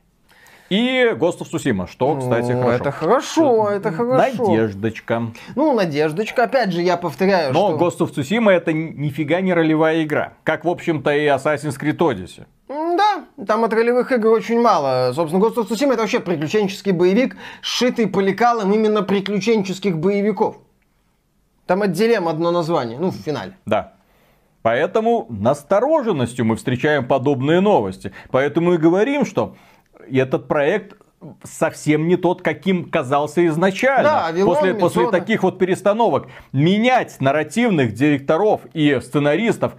И Ghost of Tsushima, что, кстати, Ну, хорошо. это хорошо, это хорошо. Надеждочка. Ну, надеждочка, опять же, я повторяю, Но что... Ghost of Tsushima это нифига не ролевая игра. Как, в общем-то, и Assassin's Creed Odyssey. М, Да, там от ролевых игр очень мало. Собственно, Ghost of Tsushima это вообще приключенческий боевик, сшитый по лекалам именно приключенческих боевиков. Там от дилемм одно название, ну, в финале. Да. Поэтому настороженностью мы встречаем подобные новости. Поэтому и говорим, что этот проект совсем не тот, каким казался изначально. Да, Авилон, после, после Метода. таких вот перестановок. Менять нарративных директоров и сценаристов,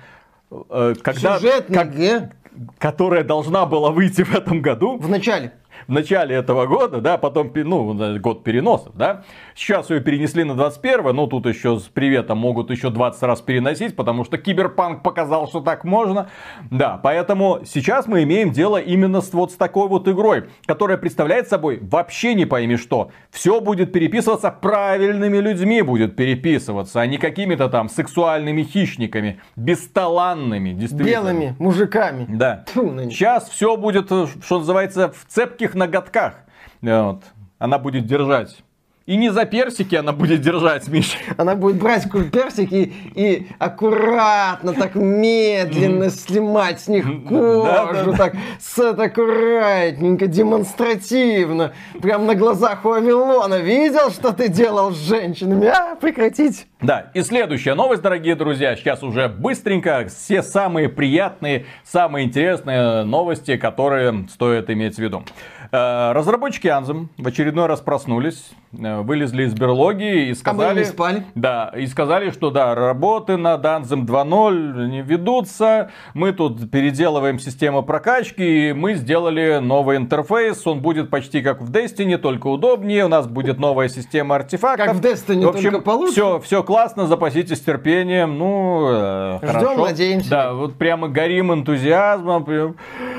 э, когда, Сюжетный как- ге которая должна была выйти в этом году, в начале. в начале этого года, да, потом, пе- ну, год переносов, да. Сейчас ее перенесли на двадцать первое, но тут еще с приветом могут еще двадцать раз переносить, потому что Киберпанк показал, что так можно. Да, поэтому сейчас мы имеем дело именно с вот с такой вот игрой, которая представляет собой вообще не пойми что. Все будет переписываться правильными людьми, будет переписываться, а не какими-то там сексуальными хищниками, бесталанными, действительно. Белыми мужиками. Да. Тьфу на них. Сейчас все будет, э, что называется, в цепких ноготках. Вот. Она будет держать. И не за персики она будет держать, Миша. Она будет брать ку- персики и аккуратно, так медленно снимать с них Да-да-да. кожу, так, с, так аккуратненько, демонстративно, прям на глазах у Авилона. Видел, что ты делал с женщинами? А, прекратить. Да, и следующая новость, дорогие друзья, сейчас уже быстренько, все самые приятные, самые интересные новости, которые стоит иметь в виду. Э, Разработчики Anthem в очередной раз проснулись, э, вылезли из берлоги и сказали... не спали. Да, и сказали, что да, работы над Anthem два ноль не ведутся, мы тут переделываем систему прокачки, и мы сделали новый интерфейс, он будет почти как в Destiny, только удобнее, у нас будет новая система артефактов. Как в Destiny, В общем, только получше. Все, все классно, запаситесь терпением, ну, э, Ждем, хорошо. надеемся. Да, вот прямо горим энтузиазмом, прям...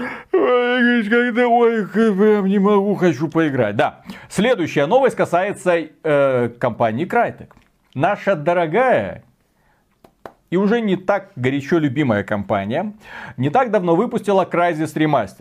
Ой, когда, ой, прям не могу, хочу поиграть. Да, следующая новость касается э, компании Crytek. Наша дорогая и уже не так горячо любимая компания не так давно выпустила Crysis Remastered.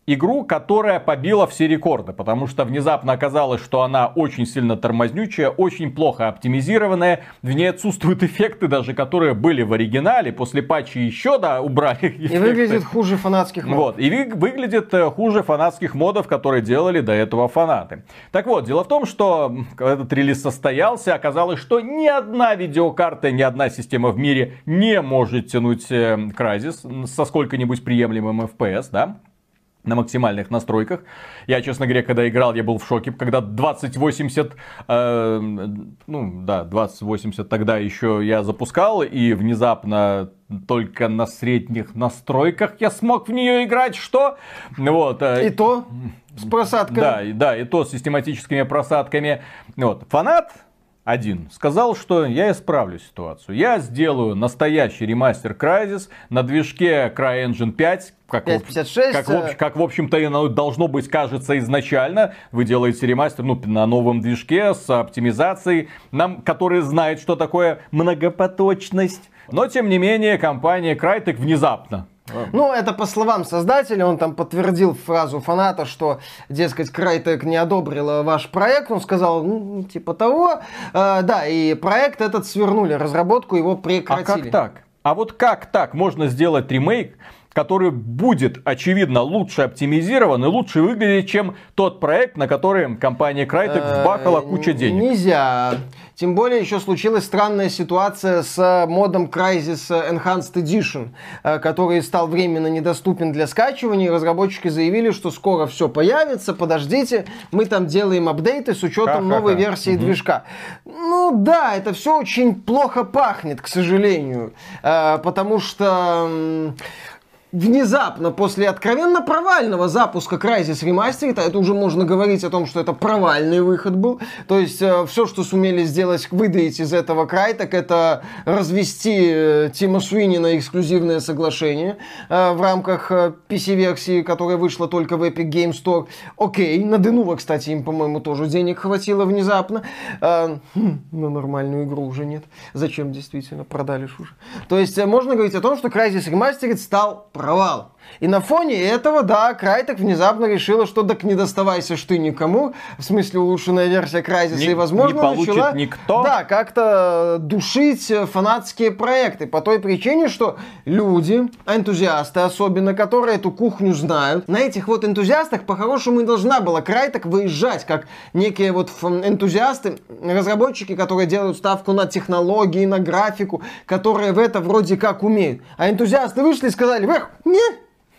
игру, которая побила все рекорды, потому что внезапно оказалось, что она очень сильно тормознючая, очень плохо оптимизированная, в ней отсутствуют эффекты даже, которые были в оригинале, после патча еще, да, убрали эффекты. И выглядит хуже фанатских модов. Вот, и вы, выглядит хуже фанатских модов, которые делали до этого фанаты. Так вот, дело в том, что когда этот релиз состоялся, оказалось, что ни одна видеокарта, ни одна система в мире не может тянуть Crysis со сколько-нибудь приемлемым эф пи эс, да? На максимальных настройках. Я, честно говоря, когда играл, я был в шоке, когда двадцать восемьдесят, э, ну да, двадцать восемьдесят тогда еще я запускал, и внезапно только на средних настройках я смог в нее играть. Что? Вот. И то с просадками. Да, да, и то с систематическими просадками. Вот. Фанат один сказал, что я исправлю ситуацию. Я сделаю настоящий ремастер Crysis на движке CryEngine пять. Как, пять пятьдесят шесть. Как, в, как, в общем-то, и оно должно быть, кажется, изначально. Вы делаете ремастер ну, на новом движке с оптимизацией, нам, который знает, что такое многопоточность. Но, тем не менее, компания Crytek внезапно. Ну, это по словам создателя, он там подтвердил фразу фаната, что, дескать, Crytek не одобрила ваш проект, он сказал, ну, типа того, э, да, и проект этот свернули, разработку его прекратили. А как так? А вот как так можно сделать ремейк, который будет, очевидно, лучше оптимизирован и лучше выглядит, чем тот проект, на который компания Crytek вбахала кучу денег? Нельзя. Тем более, еще случилась странная ситуация с модом Crysis Enhanced Edition, который стал временно недоступен для скачивания. Разработчики заявили, что скоро все появится, подождите, мы там делаем апдейты с учетом Ха-ха-ха. новой версии угу. движка. Ну да, это все очень плохо пахнет, к сожалению, потому что... Внезапно, после откровенно провального запуска Crysis Remastered, это уже можно говорить о том, что это провальный выход был. То есть, э, все, что сумели сделать, выдавить из этого Crytek, это развести э, Тима Суини на эксклюзивное соглашение э, в рамках э, пи си-версии, которая вышла только в Epic Game Store. Окей, на Denuvo, кстати, им, по-моему, тоже денег хватило внезапно. Э, хм, на нормальную игру уже нет. Зачем, действительно, продали ж уже. То есть, э, можно говорить о том, что Crysis Remastered стал провал. И на фоне этого, да, Crytek внезапно решила, что так не доставайся ж ты никому, в смысле улучшенная версия Crysis, не, и, возможно, не получит начала, никто. Да, как-то душить фанатские проекты, по той причине, что люди, энтузиасты особенно, которые эту кухню знают, на этих вот энтузиастах по-хорошему и должна была Crytek выезжать, как некие вот энтузиасты, разработчики, которые делают ставку на технологии, на графику, которые в это вроде как умеют. А энтузиасты вышли и сказали, вэх, нет,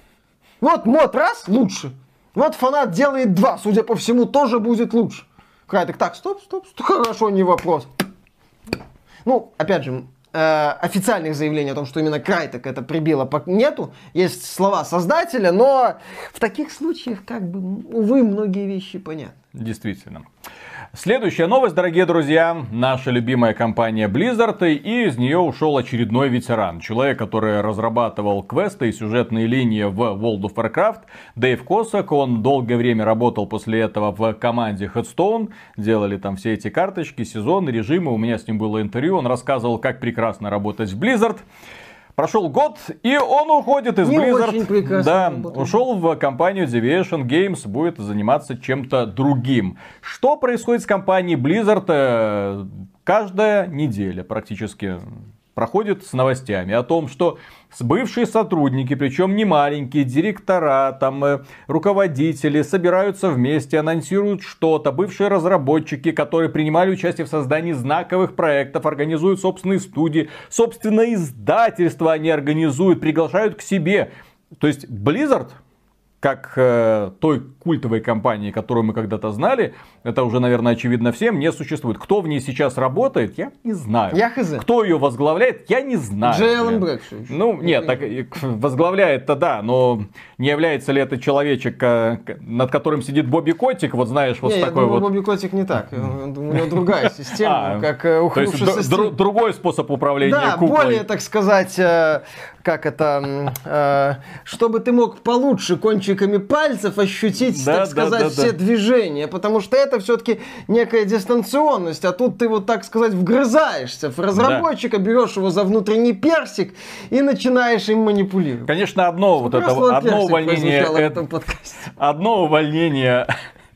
вот мод раз, лучше. Вот фанат делает два, судя по всему, тоже будет лучше. Crytek, так, стоп, стоп, стоп, хорошо, не вопрос. Ну, опять же, э, официальных заявлений о том, что именно Crytek это прибило, нету. Есть слова создателя, но в таких случаях, как бы, увы, многие вещи понятны. Действительно. Следующая новость, дорогие друзья. Наша любимая компания Blizzard, и из нее ушел очередной ветеран. Человек, который разрабатывал квесты и сюжетные линии в World of Warcraft. Дэйв Косак, он долгое время работал после этого в команде Headstone. Делали там все эти карточки, сезоны, режимы. У меня с ним было интервью. Он рассказывал, как прекрасно работать в Blizzard. Прошел год, и он уходит из Не Blizzard. очень прекрасно да, работает. ушел в компанию Deviation Games, будет заниматься чем-то другим. Что происходит с компанией Blizzard каждая неделя практически проходит с новостями о том, что бывшие сотрудники, причем не маленькие, директора, там, руководители собираются вместе, анонсируют что-то. Бывшие разработчики, которые принимали участие в создании знаковых проектов, организуют собственные студии, собственное издательство они организуют, приглашают к себе. То есть Blizzard, как э, той культовой компании, которую мы когда-то знали, это уже, наверное, очевидно всем, не существует. Кто в ней сейчас работает, я не знаю. Я хз. Кто ее возглавляет, я не знаю. Джейлен Брэк. Ну, нет, так, возглавляет-то да, но не является ли это человечек, над которым сидит Бобби Котик, вот знаешь, вот не, с я такой думаю, вот... Бобби Котик не так, у него другая система, как То есть другой способ управления Да, более, так сказать, как это, чтобы ты мог получше кончить кончиками пальцев ощутить, да, так сказать, да, да, все да. движения, потому что это все-таки некая дистанционность, а тут ты вот, так сказать, вгрызаешься в разработчика, да. берешь его за внутренний персик и начинаешь им манипулировать. Конечно, одно вот это одно увольнение, это, одно увольнение.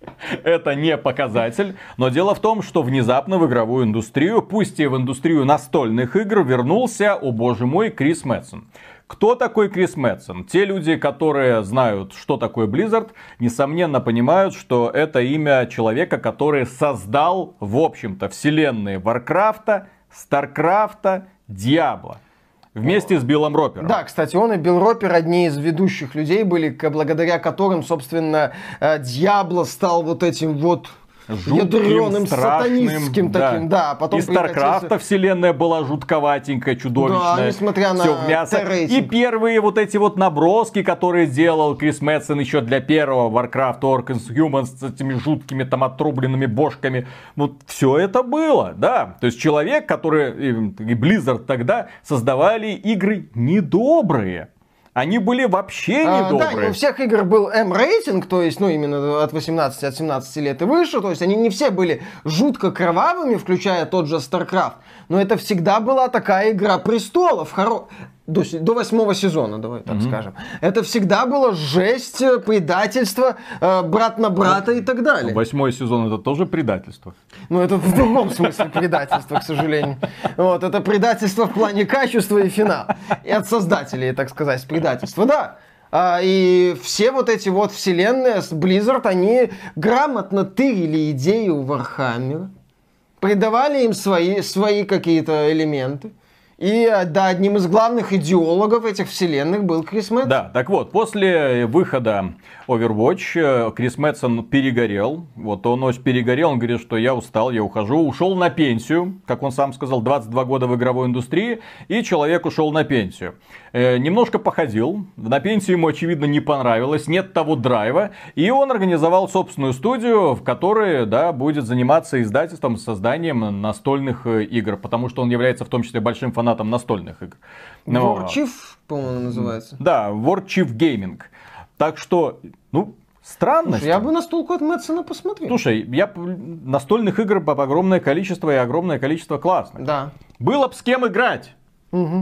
Это не показатель, но дело в том, что внезапно в игровую индустрию, пусть и в индустрию настольных игр, вернулся, о боже мой, Крис Мэтсон. Кто такой Крис Мэтсон? Те люди, которые знают, что такое Blizzard, несомненно понимают, что это имя человека, который создал, в общем-то, вселенные Варкрафта, Старкрафта, Диабло. Вместе с Биллом Ропером. Да, кстати, он и Билл Ропер одни из ведущих людей были, благодаря которым, собственно, Диабло стал вот этим вот ядреным, сатанистским да. таким, да. Потом и Старкрафта прекратился... вселенная была жутковатенькая, чудовищная. Да, несмотря на Т-рейтинг. И первые вот эти вот наброски, которые делал Крис Мэтсон еще для первого Warcraft Orcs Humans с этими жуткими там отрубленными бошками. Вот все это было, да. То есть человек, который, и Blizzard тогда создавали игры недобрые. Они были вообще недобрые. А, да, у всех игр был эм-рейтинг, то есть, ну, именно от восемнадцати, от семнадцати лет и выше. То есть, они не все были жутко кровавыми, включая тот же StarCraft. Но это всегда была такая игра престолов. Хоро... До, до восьмого сезона, давай так mm-hmm. скажем. Это всегда было жесть, предательство, э, брат на брата и так далее. Восьмой сезон это тоже предательство. Ну, это в другом смысле предательство, к сожалению. Вот, это предательство в плане качества и финала. И от создателей, так сказать, предательство, да. А, и все вот эти вот вселенные с Blizzard, они грамотно тырили идеи у Warhammer, придавали им свои, свои какие-то элементы. И, да, одним из главных идеологов этих вселенных был Крис Мэтсон. Да, так вот, после выхода Overwatch Крис Мэтсон перегорел. Вот он очень перегорел, он говорит, что я устал, я ухожу. Ушел на пенсию, как он сам сказал, двадцать два года в игровой индустрии. И человек ушел на пенсию. Э, немножко походил. На пенсию ему, очевидно, не понравилось. Нет того драйва. И он организовал собственную студию, в которой, да, будет заниматься издательством, созданием настольных игр. Потому что он является в том числе большим фанатом настольных игр. War Chief, по-моему, называется. Да, War Chief Gaming. Так что, ну, странно. Слушай, я бы настолку от Мэтсона посмотрел. Слушай, я настольных игр огромное количество и огромное количество классных. Да. Было бы с кем играть. Угу.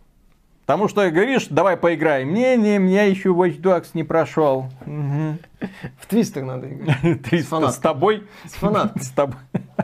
Потому что говоришь, давай поиграем. Не, не, меня еще Watch Dogs не прошел. Угу. В Твистер надо играть. Твистер с тобой? С фанаткой. С тобой.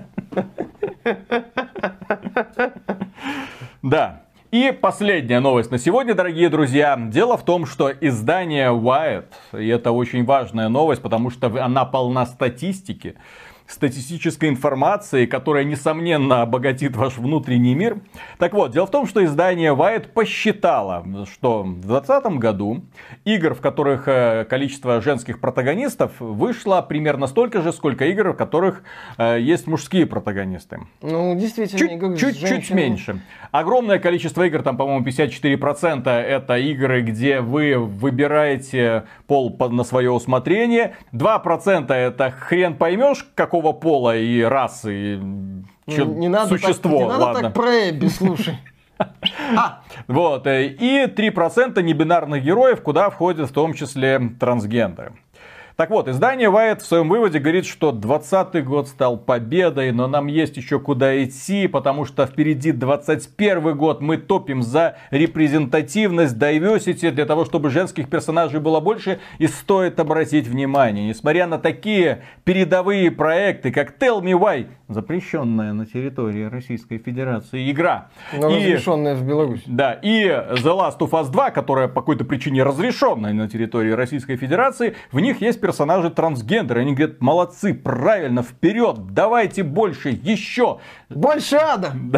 Да. И последняя новость на сегодня, дорогие друзья. Дело в том, что издание Wired, и это очень важная новость, потому что она полна статистики, статистической информации, которая, несомненно, обогатит ваш внутренний мир. Так вот, дело в том, что издание Wired посчитало, что в двадцатом году игр, в которых количество женских протагонистов, вышло примерно столько же, сколько игр, в которых есть мужские протагонисты. Ну, действительно, чуть, игр чуть, чуть меньше. Огромное количество игр, там, по-моему, пятьдесят четыре процента это игры, где вы выбираете пол на свое усмотрение. два процента это хрен поймешь, какого пола и расы, и чё, не надо существо. Так, не надо ладно. так про Эбби, слушай. А, вот, и три процента небинарных героев, куда входят в том числе трансгендеры. Так вот, издание Wired в своем выводе говорит, что двадцатый год стал победой, но нам есть еще куда идти, потому что впереди двадцать первый год. Мы топим за репрезентативность, diversity, для того, чтобы женских персонажей было больше. И стоит обратить внимание, несмотря на такие передовые проекты, как Tell Me Why, запрещенная на территории Российской Федерации игра. Но и, разрешенная в Беларуси. Да, и The Last of Us два, которая по какой-то причине разрешенная на территории Российской Федерации, в них есть персонажи трансгендеры. Они говорят, молодцы, правильно, вперед, давайте больше, еще. Больше ада. Да.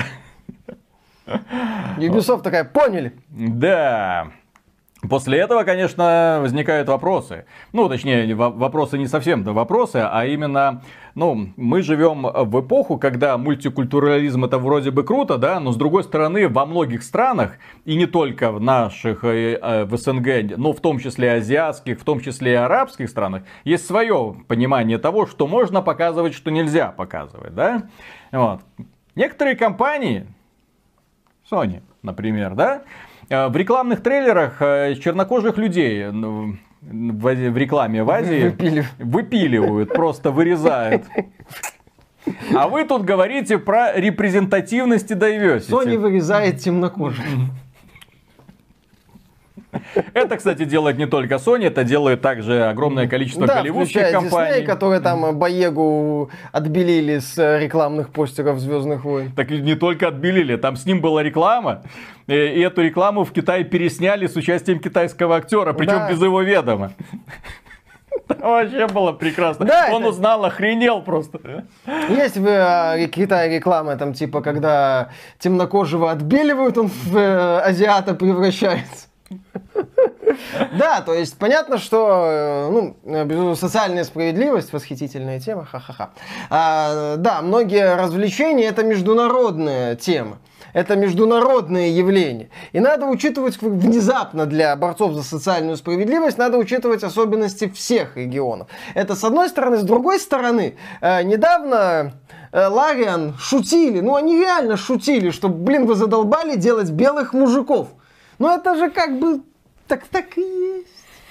Ubisoft такая, поняли. Да. После этого, конечно, возникают вопросы. Ну, точнее, вопросы не совсем да, вопросы, а именно, ну, мы живем в эпоху, когда мультикультурализм это вроде бы круто, да, но с другой стороны, во многих странах, и не только в наших, в СНГ, но в том числе азиатских, в том числе и арабских странах, есть свое понимание того, что можно показывать, что нельзя показывать, да. Вот. Некоторые компании, Sony, например, да, в рекламных трейлерах чернокожих людей в, в рекламе в Азии Выпилив. выпиливают, просто вырезают. А вы тут говорите про репрезентативность и diversity. Sony вырезает темнокожих. Это, кстати, делает не только Sony, это делает также огромное количество Да, голливудских включая компаний. Disney, которые там Боегу отбелили с рекламных постеров «Звездных войн». Так и не только отбелили, там с ним была реклама, и эту рекламу в Китае пересняли с участием китайского актера, причем Да. без его ведома. Вообще было прекрасно. Да, Он это- узнал, охренел просто. Есть в э, Китае реклама, там типа, когда темнокожего отбеливают, он в э, азиата превращается. Да, то есть понятно, что э, ну, э, безусловно, социальная справедливость, восхитительная тема, ха-ха-ха. А, да, многие развлечения это международная тема. Это международное явление. И надо учитывать внезапно для борцов за социальную справедливость, надо учитывать особенности всех регионов. Это с одной стороны. С другой стороны, э, недавно э, Лариан шутили, ну они реально шутили, что, блин, вы задолбали делать белых мужиков. Ну это же как бы так так и есть.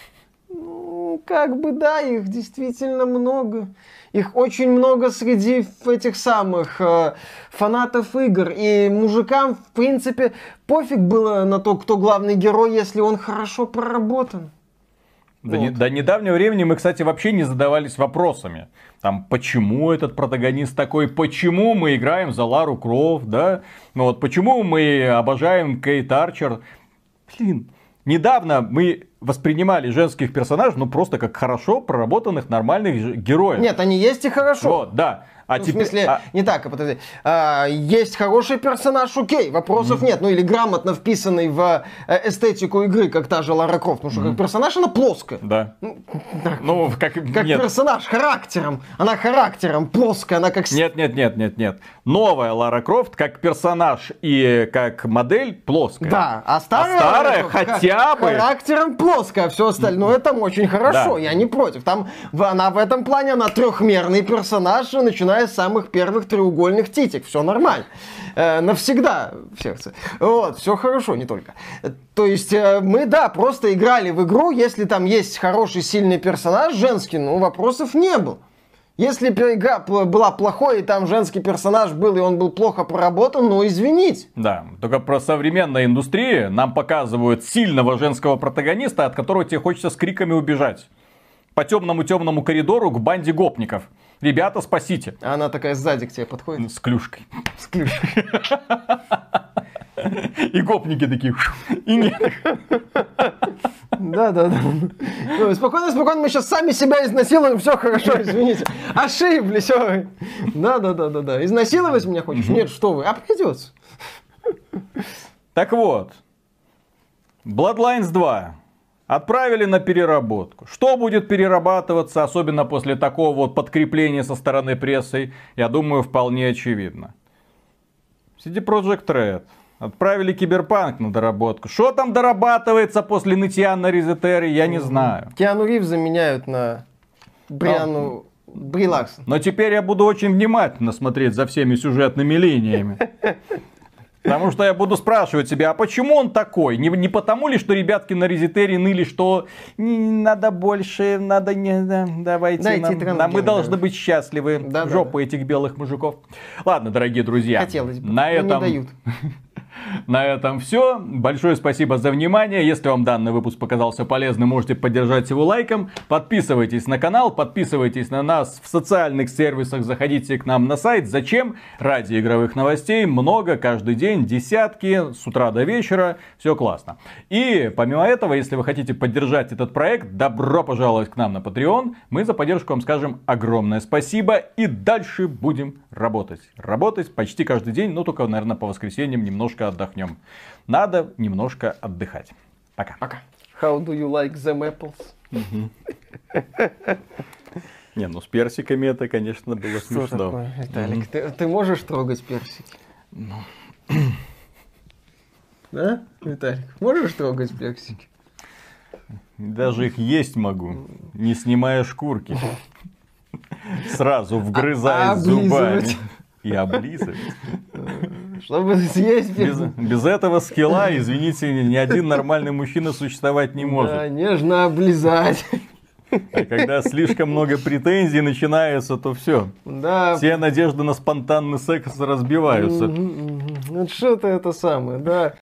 Ну, как бы да, их действительно много. Их очень много среди этих самых э, фанатов игр. И мужикам, в принципе, пофиг было на то, кто главный герой, если он хорошо проработан. До, Вот. не- до недавнего времени мы, кстати, вообще не задавались вопросами. Там, почему этот протагонист такой, почему мы играем за Лару Крофт, да? Ну вот, почему мы обожаем Кейт Арчер. Блин, недавно мы воспринимали женских персонажей, ну, просто как хорошо проработанных, нормальных ж- героев. Нет, они есть и хорошо. Вот, да. А Ну, теперь... В смысле, а- не так, а подожди. А, есть хороший персонаж, окей, вопросов нет. Ну или грамотно вписанный в э, эстетику игры, как та же Лара Крофт. Потому что как персонаж она плоская. Да. Ну, да, Ну, как... как нет. персонаж, характером. Она характером плоская, она как... с- Нет, нет, нет, нет, нет. Новая Лара Крофт как персонаж и как модель плоская. Да, а старая, А старая Лара Крофт хотя ха- бы- характером плоская, а все остальное ну, это очень хорошо, Да. я не против. Там в- она в этом плане она трехмерный персонаж, начиная с самых первых треугольных титик, все нормально. Э, навсегда в сердце. Вот, все хорошо, не только. Э, То есть э, мы, да, просто играли в игру, если там есть хороший, сильный персонаж женский, ну, вопросов не было. Если бы игра пла- была плохой, и там женский персонаж был, и он был плохо проработан, ну, извините. Да, только про современную индустрию нам показывают сильного женского протагониста, от которого тебе хочется с криками убежать. По темному-темному коридору к банде гопников. Ребята, спасите. А она такая сзади к тебе подходит. С клюшкой. С клюшкой. И гопники такие. И нет. Да, да, да. Ну, спокойно, спокойно, мы сейчас сами себя изнасилуем, все хорошо, извините. Ошиблись, ой. Да, да, да, да, да. Изнасиловать меня хочешь? Нет, что вы, а придется. Так вот. Bloodlines два. Отправили на переработку. Что будет перерабатываться, особенно после такого вот подкрепления со стороны прессы, я думаю, вполне очевидно. си ди Projekt Red. Отправили Киберпанк на доработку. Что там дорабатывается после нытья на Резетере, я не знаю. Киану Ривз заменяют на Бриану Бри Ларсон. Но теперь я буду очень внимательно смотреть за всеми сюжетными линиями. Потому что я буду спрашивать себя, а почему он такой? Не, не потому ли, что ребятки на Резетере ныли, что не, надо больше, надо не, да, давайте Дайте нам, трансгендеров. нам- мы должны быть счастливы. Да, да, Жопы этих белых мужиков. Ладно, дорогие друзья. Хотелось бы, на но этом... не дают. На этом все. Большое спасибо за внимание. Если вам данный выпуск показался полезным, можете поддержать его лайком. Подписывайтесь на канал, подписывайтесь на нас в социальных сервисах, заходите к нам на сайт. Зачем? Ради игровых новостей. Много, каждый день, десятки, с утра до вечера. Все классно. И помимо этого, если вы хотите поддержать этот проект, добро пожаловать к нам на Patreon. Мы за поддержку вам скажем огромное спасибо. И дальше будем работать. Работать почти каждый день, но только, наверное, по воскресеньям немножко отдохнем. Надо немножко отдыхать. Пока. Пока. How do you like them apples? Не, ну с персиками это, конечно, было Что смешно. такое, Виталик? Ты, ты можешь трогать персики? Да, Виталик? Можешь трогать персики? Даже их есть могу, не снимая шкурки. Сразу вгрызаясь А- зубами. облизывать. И облизывать. чтобы съесть... Без, без этого скилла, извините, ни один нормальный мужчина существовать не может. Да, нежно облизать. А когда слишком много претензий начинается, то все. Да. Все надежды на спонтанный секс разбиваются. Ну что-то это самое, да.